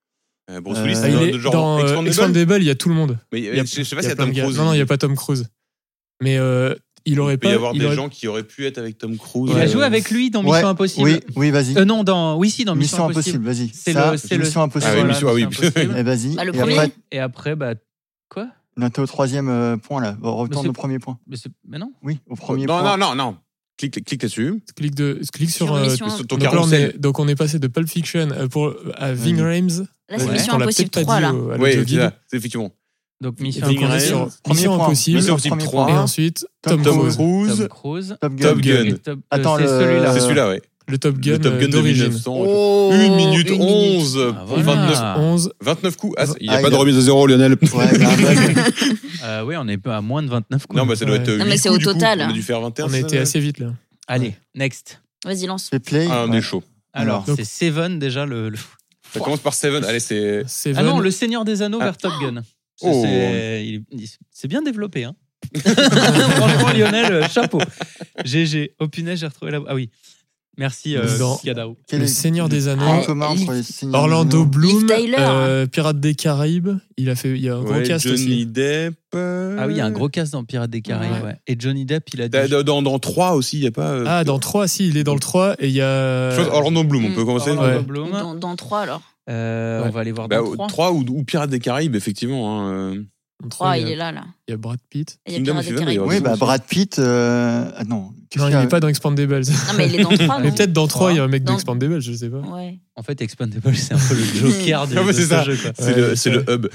S4: Bruce Willis,
S1: Ah,
S4: c'est
S9: Il
S4: dans,
S9: est
S4: genre
S9: dans Expandable, il y a tout le monde.
S4: Mais
S9: Il y a-
S4: je sais pas
S9: il y
S4: s'il y a Tom
S9: plein de
S4: Cruise.
S9: gars. Non, il n'y a pas Tom Cruise. Mais il aurait
S4: Il peut
S9: pas.
S4: y avoir
S9: il
S4: des
S9: aurait-
S4: gens qui auraient pu être avec Tom Cruise.
S2: Il a joué avec lui dans Mission
S1: Ouais,
S2: Impossible.
S1: Oui, vas-y.
S2: Non, dans Mission
S1: Mission
S2: Impossible.
S1: Impossible, vas-y.
S2: C'est
S1: Ça,
S2: le
S1: Mission Impossible.
S4: Ah oui,
S2: Voilà,
S4: Mission, ah oui.
S2: Impossible.
S1: Eh, vas-y.
S3: Bah, le
S1: Et
S3: premier.
S1: après,
S2: Et après, quoi
S1: on est au 3e point là. Bon, retourne
S2: c'est-
S1: au premier point.
S2: Mais non.
S1: Oui, au premier
S4: Non,
S1: point.
S4: non. Clique là-dessus.
S9: Clique sur.
S3: Sur Mission-
S4: Sur ton
S9: donc, là,
S4: carrousel.
S9: donc on est passé de Pulp Fiction à Ving Rhames.
S3: Là, c'est
S2: Ouais.
S3: Mission
S9: On l'a
S3: Impossible
S9: peut-être
S3: 3,
S9: pas
S3: là.
S9: dit à
S4: Oui,
S9: l'audio
S4: c'est
S9: guide.
S4: ça, c'est effectivement.
S2: Donc Mission
S9: Donc on est
S4: Ving
S9: sur
S4: Rhames.
S1: Premier
S9: Mission
S1: point.
S9: Impossible.
S4: Mission Impossible
S1: Premier
S4: 3.
S9: Et
S1: point.
S9: ensuite
S1: Tom
S9: Tom
S4: Tom
S9: Cruise.
S4: Cruise.
S2: Tom Cruise.
S1: Top Gun.
S4: Top Gun.
S2: Et Top-
S1: Attends,
S2: c'est
S1: le-
S2: celui-là.
S4: C'est celui-là, ouais.
S9: Le Top Gun,
S4: Le Top Gun de
S9: d'origine.
S4: 1900.
S1: Oh,
S4: 1 minute
S3: 1 minute.
S4: 11
S2: Ah,
S4: pour
S2: voilà.
S4: 29 coups. Ah, il n'y a
S1: Ah,
S4: pas
S1: il
S4: de
S1: a-
S4: remise à zéro, Lionel.
S1: Ouais, il y a un bug.
S2: Oui, on est à moins de 29 coups.
S4: Non, bah ça doit
S9: Ouais.
S4: être
S3: Non,
S4: 8
S3: mais c'est
S4: coups,
S3: au
S4: du coup.
S3: total.
S4: On a dû faire 21.
S9: On a
S4: ça,
S9: été
S4: là.
S9: assez vite là.
S2: Allez, next.
S3: Vas-y, lance.
S1: C'est Play.
S4: Ah, on est chaud.
S2: Alors,
S9: Donc-
S2: c'est Seven déjà le...
S4: Ça commence par 7. Allez, c'est.
S9: Seven.
S2: Ah non, le Seigneur des Anneaux vers Top Gun.
S4: Oh.
S2: C'est bien développé, hein. Franchement, Lionel, chapeau. GG. Oh punaise, j'ai retrouvé la... Ah oui. Merci,
S9: Dans-
S2: Kadao.
S1: Quel
S9: Le
S1: est
S9: Seigneur des
S1: le
S9: Anneaux.
S1: point commun entre les Seigneurs
S9: Orlando
S1: des
S9: Bloom,
S3: Liv Tyler.
S9: Pirates des Caraïbes. Il y a un gros
S4: Ouais,
S9: cast
S4: Johnny
S9: aussi.
S4: Depp.
S2: Ah oui, il y a un gros casse dans Pirates des Caraïbes.
S9: Ouais.
S2: Ouais. Et Johnny Depp, il a dit...
S4: Dans 3 aussi, il n'y a pas.
S9: Ah, dans 3, si, il est dans le 3 et il y a.
S4: Je pense Orlando Bloom, on peut commencer.
S2: Orlando
S9: Ouais.
S2: Bloom.
S3: Dans 3, alors.
S2: On va aller voir
S4: Bah,
S2: dans 3.
S4: 3 ou Pirates des Caraïbes, effectivement. Hein.
S9: Dans
S3: 3,
S9: il
S3: il
S9: y
S3: est
S9: a,
S3: là.
S9: il y a Brad Pitt.
S3: Et il y a
S4: Kingdom
S3: Pirates
S4: of
S3: des
S4: Heaven,
S3: Caraïbes.
S4: d'ailleurs.
S1: Oui, bah Brad Pitt. Ah non. Qu'est-ce
S9: Non,
S1: qu'il y
S9: il
S1: a
S9: n'est pas dans Expandables.
S3: Non, mais il est dans 3,
S9: Mais
S3: non
S9: peut-être dans 3, il y a un mec
S3: Dans-
S9: d'Expandables, je sais pas.
S3: Ouais.
S2: En fait, Expandable, c'est un peu le Joker
S4: Ah, mais
S2: de
S4: c'est
S2: ce
S4: ça.
S2: jeu. Quoi.
S4: C'est le hub.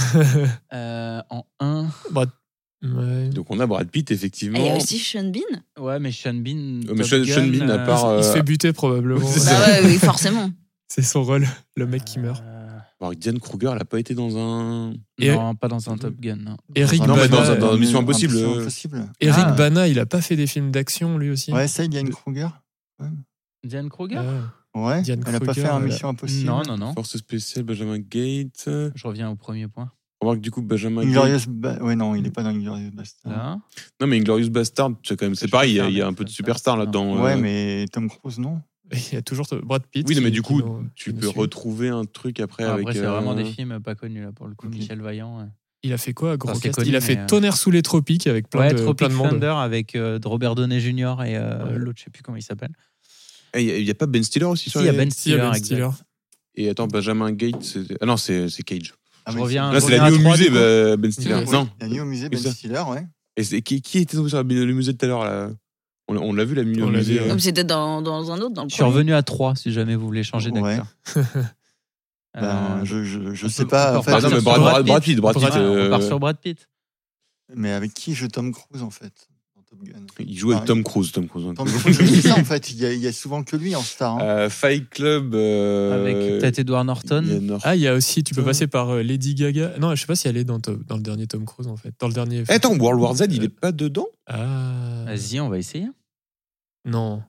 S2: En 1...
S9: Ouais.
S4: Donc on a Brad Pitt, effectivement.
S3: Et il y a aussi Sean Bean.
S2: Ouais, mais Sean Bean...
S4: Mais
S2: Top
S4: Sean Bean, à
S2: Gun,
S4: part.
S9: Il se fait buter probablement.
S4: C'est
S3: Bah
S4: ça.
S3: ouais, oui, forcément.
S9: C'est son rôle, le mec qui meurt.
S4: Alors, Diane Kruger, elle n'a pas été dans un.
S9: Et-
S2: Non, pas dans un Top Gun. Non.
S9: Eric
S4: Non, mais
S9: Bana,
S4: dans Mission Impossible.
S1: Mission Impossible.
S9: Eric
S2: Ah.
S9: Bana, il a pas fait des films d'action lui aussi.
S1: Ouais, ça, Diane Kruger.
S2: Diane Kruger
S9: Ah.
S1: Ouais,
S9: Diane
S1: elle a pas
S9: Kruger,
S1: fait un
S9: elle a-
S1: Mission Impossible.
S2: Non, non, non.
S4: Force spéciale, Benjamin Gates.
S2: Je reviens au premier point.
S4: On remarque du coup Benjamin Gates.
S1: Ouais, non, il est pas dans Inglorious Bastard.
S2: Là.
S4: Non, mais Inglorious Bastard, c'est quand même. C'est
S2: Je
S4: pareil,
S2: préfère
S4: il y a un
S2: les
S4: peu de
S2: superstars,
S4: superstar là-dedans.
S1: Ouais, mais Tom Cruise, non.
S9: Il y a toujours Brad Pitt.
S4: Oui, non, mais
S9: qui-
S4: du
S9: qui
S4: coup,
S9: nous-
S4: tu
S9: qui nous
S4: peux
S9: suit.
S4: retrouver un truc après avec.
S2: Après, c'est vraiment des films pas connus là pour le coup.
S1: Ok.
S2: Michel Vaillant.
S9: Il a fait quoi, gros
S2: Enfin, c'est
S9: cast
S2: connu,
S9: Il a
S2: mais,
S9: fait Tonnerre sous les tropiques avec plein
S2: Ouais,
S9: de
S2: Tropic
S9: monde.
S2: Thunder avec Robert Downey Jr. et l'autre, je sais plus comment il s'appelle.
S4: Il n'y a pas Ben Stiller aussi
S2: Si,
S4: sur
S2: il y a
S4: les-
S2: Ben
S9: Si, il y a
S2: Stiller.
S9: Ben
S2: exact.
S9: Stiller.
S4: Et attends, Benjamin Gates. Ah non, c'est Cage.
S2: Je reviens.
S4: Là,
S2: je
S4: c'est la
S2: reviens
S4: nuit
S2: à
S4: au
S2: 3,
S4: musée,
S2: du coup.
S4: Ben Stiller.
S3: Ouais.
S4: Non.
S1: Il y a mis au musée Ben
S4: C'est ça.
S1: Stiller, ouais.
S4: Et qui était tombé sur le musée tout à l'heure là On l'a vu la nuit au
S9: On l'a
S4: musée.
S9: vu,
S3: Comme c'était dans un autre, dans le
S2: Je suis
S3: premier.
S2: revenu à 3 si jamais vous voulez changer
S1: Ouais.
S2: d'acteur.
S1: Ben, je
S2: on
S1: sais
S2: peut-
S1: pas.
S2: on
S1: En
S2: peut
S1: fait,
S4: Ah non, mais
S2: sur
S4: Brad Pitt.
S2: Ouais, on part sur Brad Pitt.
S1: mais avec qui joue Tom Cruise, en fait, dans Top Gun
S4: Il joue avec
S1: Ah,
S4: Tom Cruise. Tom Cruise.
S1: Tom Cruise, c'est ça, en fait. Il y a souvent que lui en star. Hein.
S4: Fight Club.
S2: Avec peut-être Edward Norton.
S4: il y a Norton.
S9: Ah, il y a aussi, tu peux passer par Lady Gaga. Non, je sais pas si elle est dans le dernier Tom Cruise en fait. Dans le dernier.
S4: Attends, World War Z, il est pas dedans
S9: Ah.
S2: Vas-y, on va essayer.
S9: Non.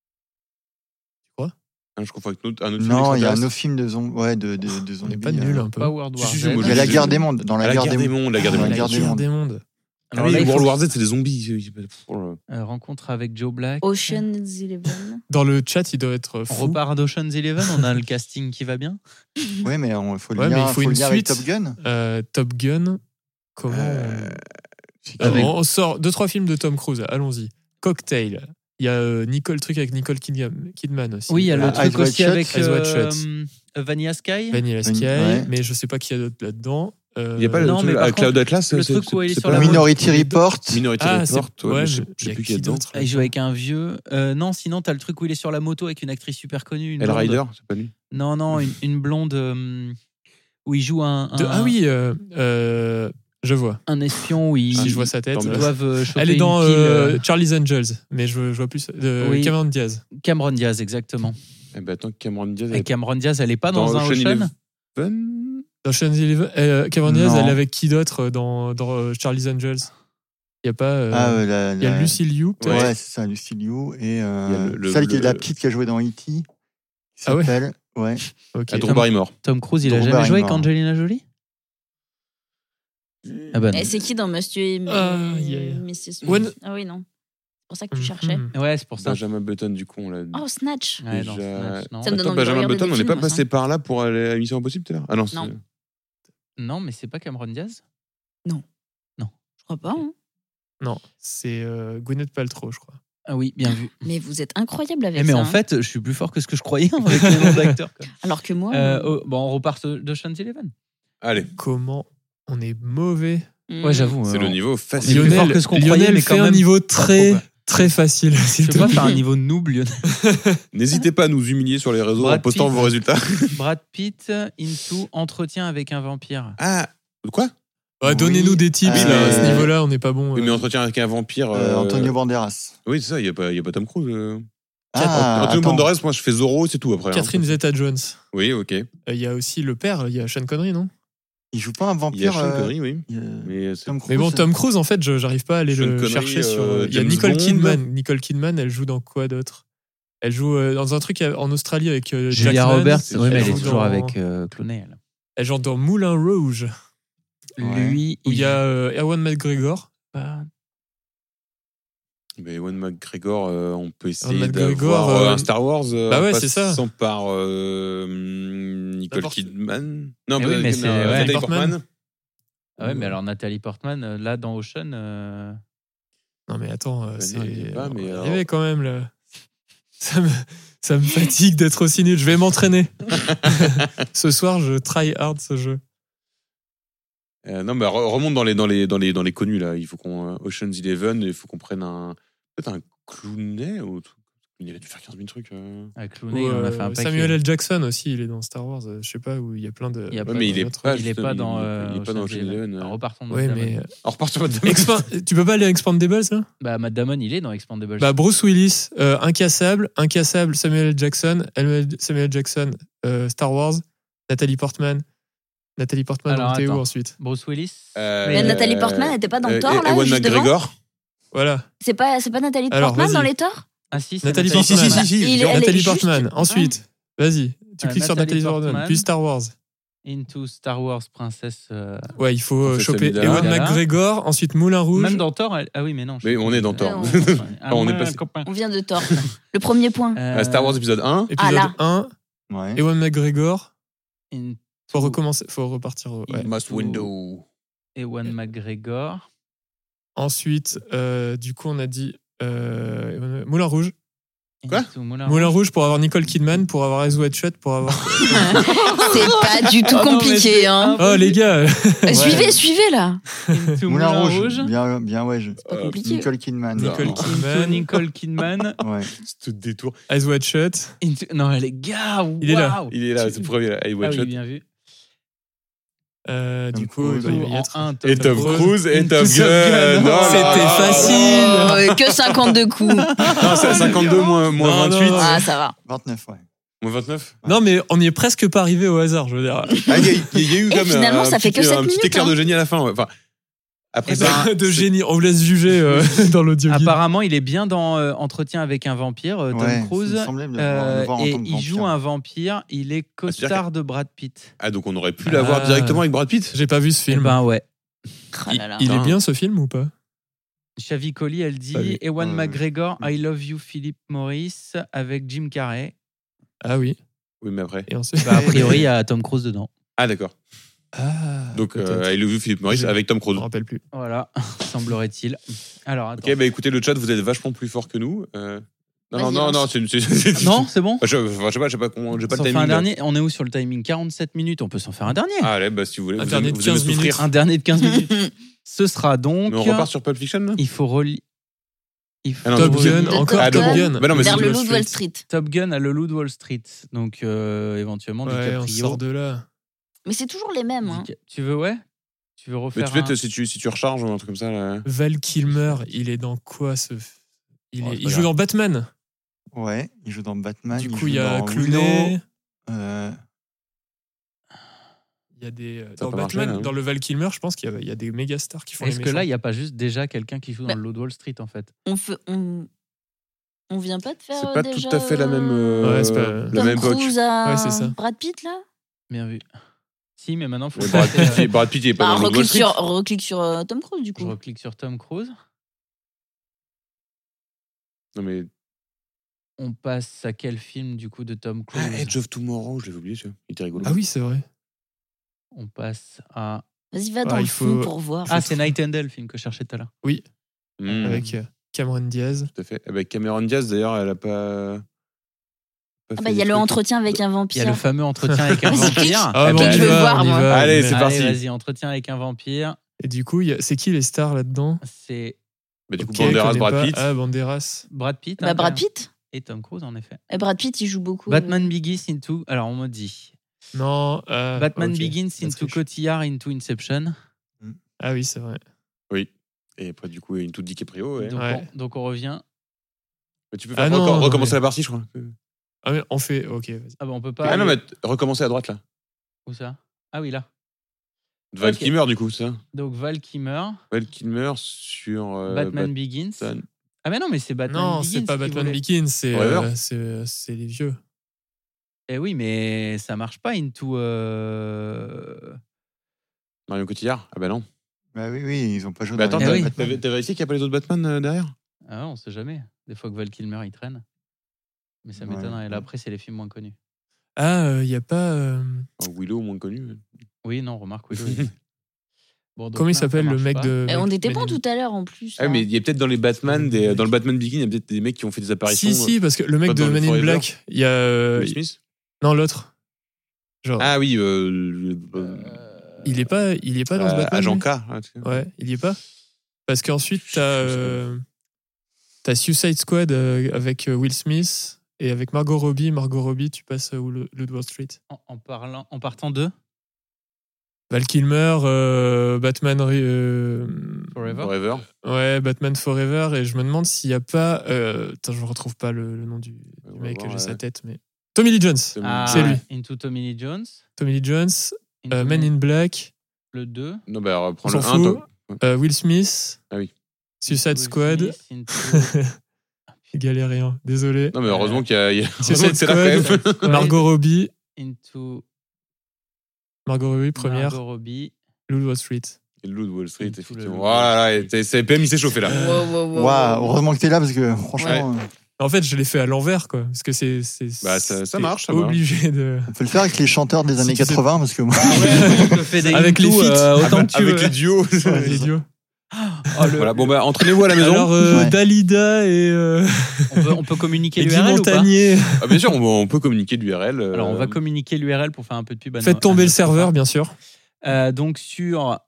S4: Ah, je confonds avec un autre film
S1: Non, il y a un
S4: extraterrestre.
S1: autre film de zombies. Ouais, de
S9: On
S1: zombies.
S9: est pas nul un peu.
S2: Pas World War
S4: Si, si,
S2: Z.
S4: moi,
S1: Il y a la
S4: je-
S1: guerre des mondes. Dans la
S4: La
S1: guerre
S4: guerre des
S1: mondes.
S4: mondes. La guerre des
S1: Ah,
S4: mondes.
S1: la guerre des mondes.
S9: des mondes.
S4: Ah
S2: Alors
S4: oui,
S2: là, il
S4: World
S2: faut-
S4: War Z, c'est des zombies. Oh là.
S2: Rencontre avec Joe Black.
S3: Ocean's 11.
S9: Dans le chat, il doit être
S2: On
S9: fou.
S2: repart d'Ocean's 11, on a le casting qui va bien.
S1: Oui, mais il faut le
S9: Ouais, mais
S1: lire,
S9: il faut
S1: le
S9: une
S1: lire avec
S9: suite.
S1: Top Gun.
S9: Top Gun. Comment
S2: Avec-
S9: on sort 2-3 films de Tom Cruise. Allons-y. Cocktail. Il y a le truc avec Nicole Kidman aussi.
S2: Oui, il y a le
S1: Eyes
S2: truc
S1: Wide
S2: aussi
S1: Shut.
S2: avec
S9: Eyes Wide Shut.
S2: Vanilla Sky.
S9: Vanilla Sky,
S1: Ouais.
S9: mais je sais pas qui y a d'autre là-dedans.
S4: Il n'y a pas
S2: non, mais
S4: le
S2: par
S4: truc Cloud
S2: contre,
S4: Atlas
S2: le
S4: c'est-
S2: truc où il est
S4: c'est
S2: sur
S4: pas
S2: la
S4: là.
S2: moto.
S1: Minority Report.
S4: Minority
S9: Ah,
S4: Report,
S9: c'est-
S4: ouais,
S9: ouais,
S4: mais je
S9: mais
S4: sais
S9: y a
S4: plus
S9: qui
S4: qui est dedans.
S9: d'autre
S2: Ah, il joue avec un vieux. Non, sinon, t'as le truc où il est sur la moto avec une actrice super connue. Une
S4: El
S2: blonde.
S4: Rider, c'est pas lui.
S2: Non, une blonde où il joue
S9: Ah oui, je vois.
S2: un espion où ils,
S9: Si je vois sa tête.
S4: Tant
S2: ils
S4: mieux.
S2: doivent choper
S9: Elle est
S2: une
S9: dans
S2: pile,
S9: Charlie's Angels, mais je vois plus de
S2: Oui.
S9: Cameron Diaz.
S2: Cameron Diaz, exactement.
S4: Eh ben attends, Cameron Diaz.
S2: Et Cameron Diaz, elle est pas dans un Ocean.
S9: Dans Ocean's 11, Cameron Diaz,
S1: Non.
S9: elle est avec qui d'autre dans Charlie's Angels? Il y a pas. Il y a Lucy Liu, peut-être.
S1: Ouais, c'est ça, Lucy Liu. Et
S4: y a
S1: celle qui est la petite qui a joué dans E.T. qui
S9: Ah ouais
S1: s'appelle. Ouais.
S9: Ok.
S4: Drew Barrymore.
S2: Tom Cruise, il a
S1: Drew
S2: jamais joué avec
S1: Barrymore.
S2: Angelina Jolie. Ah bah non.
S3: Et c'est qui dans Monsieur et
S9: Ah, yeah.
S3: Mrs. Smith
S9: One-
S3: Ah oui, non. pour ça que tu cherchais.
S2: Ouais, c'est pour ça.
S4: Benjamin Button, du coup, on l'a
S3: Oh, Snatch.
S2: Ouais, dans
S4: déjà...
S2: Snatch, non.
S3: Ça me donne
S4: Attends,
S3: envie de
S4: Benjamin
S3: regarder
S4: Button,
S3: des
S4: on n'est pas
S3: films,
S4: passé par là pour aller à Mission Impossible tout à l'heure? Ah non,
S3: Non.
S2: Non, mais c'est pas Cameron Diaz?
S3: Je crois pas. Hein.
S9: Non, c'est Gwyneth Paltrow, je crois.
S2: Ah oui, bien vu.
S3: Mais vous êtes incroyable avec
S2: Mais
S3: ça.
S2: en fait, je suis plus fort que ce que je croyais hein, avec les noms d'acteurs. quoi.
S3: Alors que moi.
S2: Bon, on repart de Ocean's Eleven.
S4: Allez,
S9: Comment on est mauvais.
S2: Ouais, j'avoue.
S4: c'est le niveau
S2: on est
S4: facile.
S2: plus fort que ce qu'on croyait,
S9: Lionel
S2: mais
S9: fait
S2: quand
S9: un
S2: même
S9: niveau
S2: pas
S9: très,
S2: trop, quoi.
S9: très facile.
S2: Je
S9: s'il
S2: peux
S9: te
S2: pas
S9: plaît.
S2: faire un niveau de noob, Lionel.
S4: N'hésitez pas à nous humilier sur les réseaux
S2: Brad
S4: en postant
S2: Pitt.
S4: vos résultats.
S2: Brad Pitt into entretien avec un vampire.
S4: Ah, quoi?
S9: Ouais, donnez-nous des tips
S4: Oui,
S9: là, à
S4: mais-
S9: ce niveau-là, on n'est pas bon.
S4: Oui, mais entretien avec un vampire.
S1: Antonio Banderas.
S4: Oui, c'est ça, il n'y a pas Tom Cruise.
S1: Ah,
S4: Antonio
S1: attends.
S4: Banderas, moi je fais Zorro, c'est tout après. hein.
S9: Catherine Zeta-Jones.
S4: Oui, ok.
S9: Il y a aussi le père, il y a Sean Connery, non?
S1: Il joue pas un
S4: Il y a
S1: vampire.
S4: Sean Connery, oui.
S1: il y a
S4: Mais c'est-
S1: Tom Cruise.
S9: Mais bon, Tom Cruise, en fait, j'arrive pas à aller
S4: Sean
S9: le
S4: Connery,
S9: chercher sur. Il y a
S4: James
S9: Nicole
S4: Bond.
S9: Kidman. Nicole Kidman, elle joue dans quoi d'autre? Elle joue dans un truc en Australie avec
S2: Julia
S9: Jackman.
S2: Roberts,
S4: c'est-
S2: oui, mais elle est
S9: joue
S2: toujours
S9: dans-
S2: avec Clooney. elle.
S9: Elle joue dans Moulin Rouge,
S1: Ouais.
S2: Lui,
S9: où il y a Ewan McGregor.
S4: Mais Ewan McGregor, on peut essayer
S9: Ewan McGregor,
S4: d'avoir un Star Wars.
S9: bah ouais, c'est ça.
S4: Sans par Nicole
S9: N'importe-
S4: Kidman. Non,
S2: Eh oui, mais c'est- ouais.
S4: Natalie
S9: Portman.
S4: Portman.
S2: Ah ouais, mais alors Nathalie Portman, là dans Ocean,
S9: Non, mais attends,
S4: non,
S9: c'est.
S4: il y est pas, mais
S9: on va y
S4: alors-
S9: arriver quand même, là. Ça me fatigue d'être aussi nul. Je vais m'entraîner. Ce soir, je try hard ce jeu.
S4: Non, mais remonte dans les connus là. Il faut qu'on Ocean's Eleven, il faut qu'on prenne peut-être un Clooney ou il a dû faire 15 000 trucs.
S2: avec Clooney,
S9: Ou,
S2: on a fait un paquet.
S9: Samuel L. Jackson aussi, il est dans Star Wars. Je sais pas où il y a plein de.
S2: Il y a
S4: Ouais,
S2: pas
S4: mais il
S2: dans
S4: est
S9: d'autres-
S4: pas.
S2: Il est pas dans
S4: il est pas dans Ocean's Eleven.
S2: Alors, repartons de
S9: Ouais,
S2: Matt Damon.
S9: mais.
S4: On repart sur Matt Damon.
S9: Tu peux pas aller à Expandables, là?
S2: Bah, Matt Damon, il est dans Expandables.
S9: Bah, Bruce Willis, Incassable, Samuel L. Jackson, Samuel L. Jackson, Star Wars, Nathalie Portman. Nathalie Portman,
S2: Alors,
S9: on était où
S2: attends.
S9: ensuite?
S2: Bruce Willis.
S3: Mais Nathalie Portman n'était pas dans Thor, là,
S4: Ewan
S3: juste devant
S4: McGregor.
S9: Voilà.
S3: C'est pas Nathalie
S9: Alors,
S3: Portman dans
S9: vas-y.
S3: les Thor?
S2: Ah si, c'est
S9: Nathalie
S2: Nathalie
S9: Portman.
S4: Si.
S3: Elle est
S9: Nathalie
S3: juste-
S9: Portman. Ensuite, vas-y. Tu cliques sur
S2: Nathalie
S9: Nathalie Portman.
S2: Portman.
S9: Puis Star Wars.
S2: Into Star Wars Princesse.
S9: Ouais, il faut
S4: Princesse
S9: choper
S4: Amidala.
S9: Ewan
S2: Amidala.
S9: McGregor, ensuite Moulin Rouge.
S2: Même dans Thor, ah oui, mais non.
S4: Mais on est dans Thor.
S2: Ah,
S4: on est
S2: ouais,
S4: passé-
S2: copain.
S3: On vient de Thor. Le premier point.
S4: Star Wars épisode 1.
S9: Épisode
S3: Ah, là.
S9: 1,
S1: Ouais.
S9: Ewan McGregor.
S2: Into
S9: Faut recommencer, faut repartir. Ouais.
S4: Must Window.
S2: Ewan McGregor.
S9: Ensuite, du coup, on a dit Moulin Rouge.
S4: Quoi
S2: Into Moulin
S9: Moulin
S2: Rouge.
S9: Rouge pour avoir Nicole Kidman, pour avoir Eyes Wide Shut, pour avoir.
S3: C'est pas du tout
S2: Oh non, mais
S3: compliqué,
S2: c'est
S3: hein.
S9: Oh les gars.
S3: Suivez là.
S2: Into
S1: Moulin
S2: Moulin
S1: Rouge.
S2: Rouge.
S1: Bien ouais.
S3: Pas compliqué.
S1: Nicole Kidman.
S9: Nicole
S2: Into
S9: Kidman.
S2: Nicole Kidman.
S1: Ouais.
S4: Ce détour.
S9: Eyes Wide Shut.
S2: Non, les gars,
S9: Il est là.
S2: waouh.
S4: Il est là, c'est le premier. Là. Hey,
S2: Ah
S4: watch
S2: oui,
S4: it.
S2: bien vu.
S9: Du coup,
S1: Cruise.
S9: il doit y
S2: En
S9: être.
S2: un,
S4: Et Tom Cruise et Top
S2: Top
S4: Gun.
S2: Gun.
S4: Oh là
S9: C'était
S4: là.
S9: facile.
S3: Que 52 coups.
S4: Non, c'est 52 moins
S9: Non,
S4: 28.
S9: non.
S3: Ah, ça va.
S1: 29, ouais.
S4: Moins 29.
S9: Non, mais on n'y est presque pas arrivé au hasard, je veux dire.
S4: Ah, il y a eu
S3: Et
S4: quand même
S3: finalement, ça fait que 7
S4: un petit
S3: minutes,
S4: éclair
S3: hein.
S4: de génie à la fin. Ouais. Enfin, après
S2: Eh ben,
S9: De génie. On vous laisse juger dans l'audio guide.
S2: Apparemment, il est bien dans Entretien avec un vampire, Tom
S1: Ouais,
S2: Cruise.
S1: ça me semblait bien de le voir en
S2: Et
S1: tant que
S2: il joue
S1: vampire.
S2: un vampire. Il est co-star de Brad Pitt.
S4: Ah, donc on aurait pu l'avoir
S9: Ah.
S4: directement avec Brad Pitt.
S9: J'ai pas vu ce
S2: Eh
S9: film.
S2: ben ouais.
S3: Oh là là.
S9: Il est
S4: Putain.
S9: bien ce film ou pas?
S2: Shavi Colli, elle
S9: Pas
S2: dit
S9: vu.
S2: Ewan
S1: Ouais.
S2: McGregor, I Love You, Philip Morris, avec Jim Carrey.
S9: Ah oui.
S4: Oui, mais après.
S9: Et ensuite.
S2: Bah, a priori, il y a Tom Cruise dedans.
S4: Ah, d'accord.
S9: Ah.
S4: Donc,
S9: peut-être.
S4: I Love You, Philip Morris
S9: Je-
S4: avec Tom
S9: Je
S4: Cruise.
S9: me rappelle plus.
S2: Voilà, semblerait-il. Alors, attends.
S4: Ok, bah écoutez, le chat, vous êtes vachement plus fort que nous. Non,
S3: Vas-y,
S4: non,
S3: lance.
S4: c'est.
S2: Non, c'est bon.
S4: Je sais pas comment. J'ai
S2: On
S4: pas
S2: s'en
S4: de
S2: fait
S4: timing.
S2: un
S4: là.
S2: dernier. On est où sur le timing? 47 minutes. On peut s'en faire un dernier.
S4: Ah, allez, bah si vous voulez.
S9: Un
S4: vous
S9: dernier
S4: aimez-
S9: de
S4: vous aimez
S9: 15 minutes.
S4: souffrir.
S2: Un dernier de 15 minutes. Ce sera donc.
S4: Mais on repart sur Pulp Fiction là
S2: Il faut relier. Il faut
S4: Ah non,
S9: Top
S4: vous
S9: Gun,
S4: êtes-
S9: encore
S4: Ah,
S9: Top
S4: donc-
S9: Gun.
S4: Bah non, mais
S3: Vers
S4: c'est-
S3: le loup de Wall Street.
S2: Top Gun à le Loup de Wall Street. Donc, éventuellement,
S9: Ouais, on
S2: DiCaprio.
S9: sort de là.
S3: Mais c'est toujours les mêmes. Hein.
S2: Tu veux, ouais? Tu veux
S4: Mais
S2: refaire
S4: tu
S2: un...
S4: fais, si tu recharges ou un truc comme ça là.
S9: Val Kilmer, il est dans quoi ce. Il
S4: Oh, c'est
S9: il
S4: pas
S9: joue
S4: grave.
S9: dans Batman.
S1: Ouais, il joue dans Batman.
S9: Du coup,
S1: joue
S9: il y a
S1: dans
S9: Clooney.
S1: Willow.
S9: Il y a des.
S4: Ça
S9: Dans
S4: peut marcher,
S9: Batman,
S4: hein.
S9: dans le Val Kilmer, je pense qu'il y a des méga stars qui font les
S2: Est-ce que
S9: méchants.
S2: là, il n'y a pas juste déjà quelqu'un qui joue dans
S3: Bah.
S2: le Loup de Wall Street, en fait?
S3: On vient pas de faire
S4: C'est pas
S3: déjà,
S4: tout à fait la même.
S9: Ouais, c'est pas-
S4: la
S3: Tom
S4: même époque.
S3: Cruise à
S9: Ouais, c'est ça.
S3: Brad Pitt là.
S2: Bien vu. Si, mais maintenant, il faut...
S4: Mais Brad Pitt, il est pas
S3: Bah,
S4: dans le Wall Street.
S3: reclique sur Tom Cruise du
S2: Je
S3: coup.
S2: reclique sur Tom Cruise.
S4: Non, mais.
S2: On passe à quel film, du coup, de Tom Cruise?
S4: Edge of Tomorrow, je l'avais oublié, il était rigolo.
S9: Ah oui, c'est vrai.
S2: On passe à...
S3: Vas-y, va dans le fond pour voir.
S2: Ah, c'est Nightingale, le film que je cherchais tout à l'heure.
S9: Oui. Avec Cameron Diaz.
S4: Tout à fait. Avec Cameron Diaz, d'ailleurs, elle a pas...
S3: Il y a le entretien avec un vampire.
S2: Il y a le fameux entretien avec un vampire.
S9: Ah, bon,
S3: je veux voir, moi.
S4: Allez, c'est parti.
S2: Vas-y, entretien avec un vampire.
S9: Et du coup, c'est qui les stars là-dedans?
S2: C'est...
S4: Bah, du coup,
S9: Ok,
S4: Banderas,
S9: connais
S4: Brad
S9: pas.
S4: Pitt.
S9: Ah, Banderas.
S2: Brad Pitt.
S3: Bah, Brad Pitt.
S2: Et Tom Cruise, en effet.
S3: Et Brad Pitt, il joue beaucoup.
S2: Batman Begins into... Alors, on m'a dit...
S9: Non.
S2: Batman
S9: ok.
S2: Begins into Cotillard into Inception.
S9: Ah oui, c'est vrai.
S4: Oui. Et après, du coup, une toute DiCaprio. Ouais.
S2: Donc, on revient...
S4: Mais tu peux faire recommencer la partie, je crois.
S9: Ah, mais on fait... Ok, vas-y.
S2: Ah bah, on peut pas...
S4: Ah non, mais recommencer à droite, là.
S2: Où ça? Ah oui, là.
S4: Val Kilmer, du coup, c'est ça.
S2: Donc, Val Kilmer.
S4: Val Kilmer sur...
S2: Batman Begins. Ah mais non, mais c'est Batman Begins.
S9: Non, c'est pas Batman Begins, c'est les vieux.
S2: Eh oui, mais ça marche pas into...
S4: Marion Cotillard? Ah bah non.
S1: Bah oui, ils ont pas joué
S4: Bah
S1: dans
S4: attends,
S1: les
S4: t'as vérifié qu'il n'y a pas les autres Batman derrière?
S2: Ah non, on sait jamais. Des fois que Val Kilmer, il traîne. Mais ça m'étonnerait. Et là, après, c'est les films moins connus.
S9: Ah, il n'y a pas...
S4: Willow, moins connu.
S2: Oui, non, remarque Willow. Bon,
S9: comment il s'appelle le mec de...
S3: On était bon tout à l'heure en plus.
S4: Ah, mais il y a peut-être dans les Batman, dans le Batman Begins, il y a peut-être des mecs qui ont fait des apparitions.
S9: Si, parce que le mec de Men in Black, il y a...
S4: Will Smith?
S9: Non, l'autre. Genre...
S4: Ah oui.
S9: Il est pas dans ce Batman.
S4: Agent K.
S9: Ouais, il y est pas. Parce qu'ensuite, t'as Suicide Squad avec Will Smith et avec Margot Robbie. Margot Robbie, tu passes où le Wall Street.
S2: En partant de
S9: Val Kilmer, Batman
S2: Forever.
S9: Ouais, Batman Forever. Et je me demande s'il n'y a pas... Attends, je ne retrouve pas le nom du mec, j'ai sa tête, mais... Tommy Lee Jones, c'est lui.
S2: Into Tommy Lee Jones.
S9: Tommy Lee Jones, Men in Black.
S2: Le 2.
S4: Non, bah, reprends
S9: le 1. Will Smith.
S4: Ah oui.
S9: Suicide Squad. J'ai galéré, hein. Désolé.
S4: Non, mais heureusement qu'il y a...
S9: Suicide Squad. Margot Robbie. Margot Robbie, première.
S2: Margot Robbie.
S9: Loup de Wall Street.
S4: Et Loup de Wall Street, effectivement. Voilà, PM, il s'est chauffé là.
S1: Waouh, heureusement que t'es là parce que franchement.
S4: Ouais.
S9: En fait, je l'ai fait à l'envers, quoi. Parce que c'est
S4: ça marche, ça
S9: obligé de.
S1: On peut le faire avec les chanteurs des années 80 parce que moi.
S9: Avec les feats,
S2: autant que tu veux.
S4: Avec les duos.
S9: Avec les duos.
S4: Voilà, bon, bah, entraînez-vous à la maison.
S9: Alors, Dalida et.
S2: On peut communiquer
S9: Guy
S2: l'URL ou pas?
S4: Ah, bien sûr, on peut communiquer l'URL.
S2: Alors, on va communiquer l'URL pour faire un peu de pub.
S9: Faites tomber le serveur, bien sûr.
S2: Donc, sur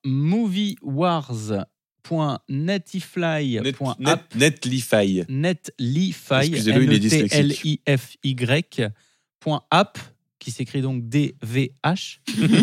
S2: moviewars.netlify.app.
S4: Netlify. Excusez-le, il est dyslexique.
S2: netlify.app, qui s'écrit donc DVH.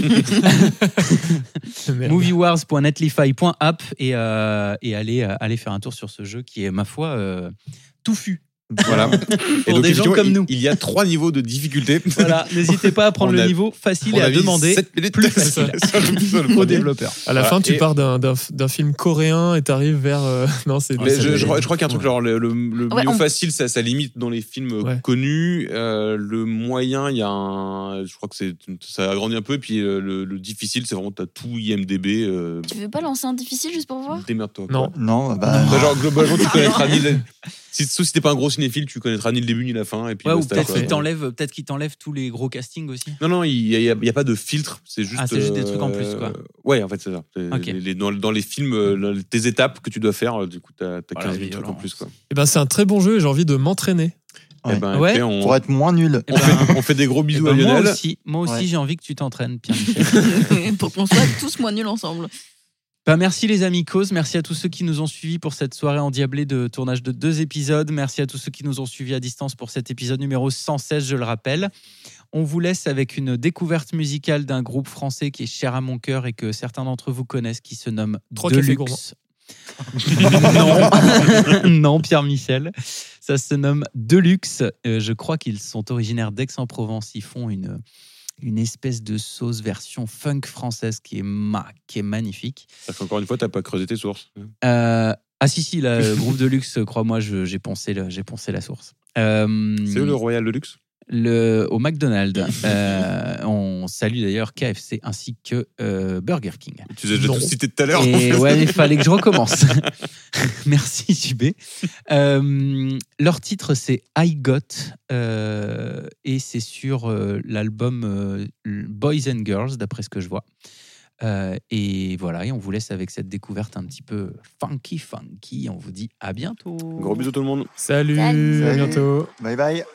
S2: moviewars.netlify.app et aller faire un tour sur ce jeu qui est, ma foi, touffu.
S4: Voilà.
S2: Et donc, des gens comme nous.
S4: Il y a 3 niveaux de difficulté.
S2: Voilà, n'hésitez pas à prendre le niveau facile et à demander plus facile aux développeurs.
S9: À la fin, tu pars d'un film coréen et t'arrives vers. Non, c'est.
S4: Je crois qu'il y a un truc, genre le niveau facile, ça limite dans les films connus. Le moyen, il y a un. Je crois que ça agrandit un peu. Et puis le difficile, c'est vraiment t'as tout IMDb.
S3: Tu veux pas lancer un difficile juste pour voir?
S4: Démerde-toi.
S1: Non,
S4: genre globalement, tu connaîtras ni. Sauf si t'es pas un gros cinéphile, tu connaîtras ni le début ni la fin. Et puis
S2: ou peut-être qu'il t'enlève tous les gros castings aussi.
S4: Non, il y a pas de filtre. C'est juste.
S2: Ah, c'est juste des trucs en plus, quoi.
S4: Ouais, en fait, c'est ça.
S2: Okay.
S4: Dans les films, tes étapes que tu dois faire, du coup, t'as 15 000 trucs en plus, quoi.
S9: Et ben, c'est un très bon jeu et j'ai envie de m'entraîner.
S1: Ouais.
S4: Après,
S1: pour être moins nul.
S4: On fait des gros bisous à Lionel.
S2: Moi aussi, j'ai envie que tu t'entraînes, Pierre-Michel.
S3: Pour qu'on soit tous moins nuls ensemble.
S2: Merci les amicos, merci à tous ceux qui nous ont suivis pour cette soirée endiablée de tournage de 2 épisodes. Merci à tous ceux qui nous ont suivis à distance pour cet épisode numéro 116, je le rappelle. On vous laisse avec une découverte musicale d'un groupe français qui est cher à mon cœur et que certains d'entre vous connaissent, qui se nomme Deluxe. Non, Pierre-Michel. Ça se nomme Deluxe. Je crois qu'ils sont originaires d'Aix-en-Provence. Ils font une espèce de sauce version funk française qui est magnifique.
S4: C'est-à-dire qu'encore une fois, t'as pas creusé tes sources.
S2: Si, le groupe Deluxe, crois-moi, j'ai poncé la source.
S4: C'est eux le Royal Deluxe?
S2: au McDonald's. On salue d'ailleurs KFC ainsi que Burger King.
S4: Tu les as déjà tous cités tout à l'heure.
S2: Et ouais, il fallait que je recommence. Merci JB. Leur titre c'est I Got et c'est sur l'album Boys and Girls d'après ce que je vois. Et voilà, et on vous laisse avec cette découverte un petit peu funky. On vous dit à bientôt.
S4: Gros bisous tout le monde.
S9: Salut. À bientôt.
S1: Bye bye.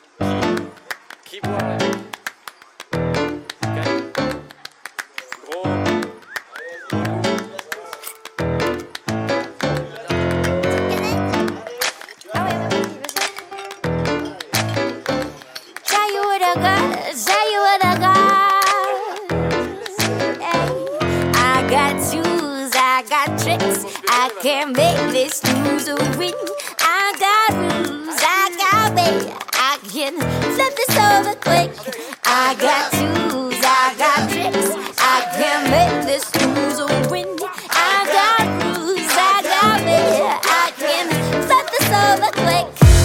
S11: Can't make this lose a win. I got rules, I got way. I can flip this over quick. I got tools, I got tricks. I can make this lose a win. I got rules, I got way. I can flip this over quick.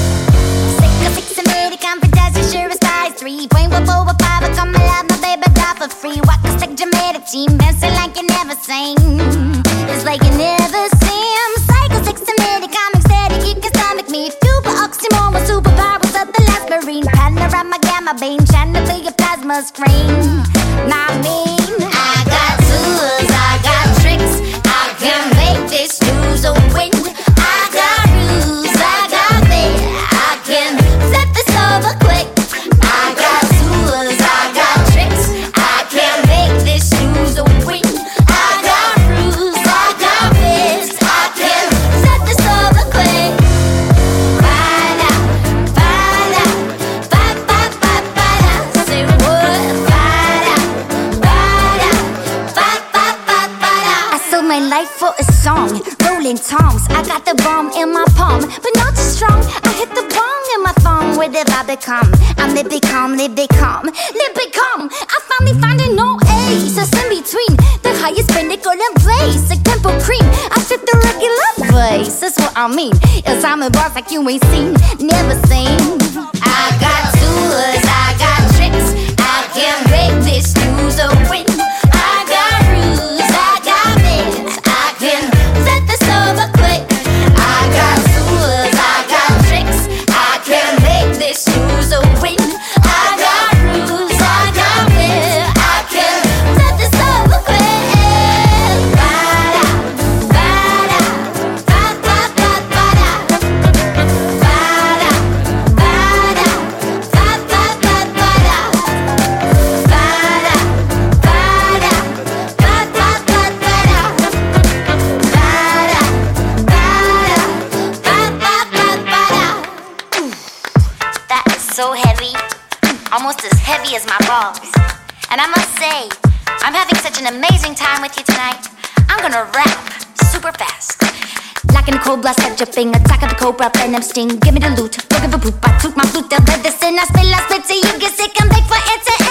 S11: 6 American fantasy, sure as size 3.145. I come alive, my baby die for free. Walk a stick dramatic team, dancing like you never sing. It's like you never seen. Psycho 6 American comic steady, you can stomach me. Super oxymoron with superpowers of the last marine. Panorama gamma beam, trying to be a plasma screen. Not me. I got tools, I got tricks. I can make this lose a win. I got rules, I got faith. I can flip this over quick. I got tools, I got tricks. I can make this lose a win. I got rules, I got faith. I can flip this over quick. Ba-da, ba-da, ba-ba-ba-ba-da. Say what? Ba-da, ba-da, ba-ba-ba-ba-da. I sold my life for a song, rolling tongs. I got the bomb in my palm, but not too strong. I hit the bong in my thong. What have I become? I'm lippy calm, lippy calm, lippy calm. I finally found an old ace, that's in between the highest pinnacle and place, like temple cream. I fit the regular place, that's what I mean. Yes, I'm a boss like you ain't seen, never seen. I got tools, I got tricks. I can make this lose a win. I got rules, I got myths. I can flip this over quick. I got tools, I got tricks. I can make this lose a win. I got rules, I got myths. I can flip this over quick. Ba-da, ba-da, ba-ba-ba-ba-da. Ba-da, ba-da, ba-ba-ba-ba-da. Ba-da, ba-da, ba-ba-ba-ba-da. That is so heavy, almost as heavy as my balls. And I must say, I'm having such an amazing time with you tonight. I'm gonna rap super fast. Like in a cold blast, such a thing. Attack of the cobra, venom sting. Give me the loot, looking for poop. I took my flute, the medicine. I spit till you get sick and beg for answer.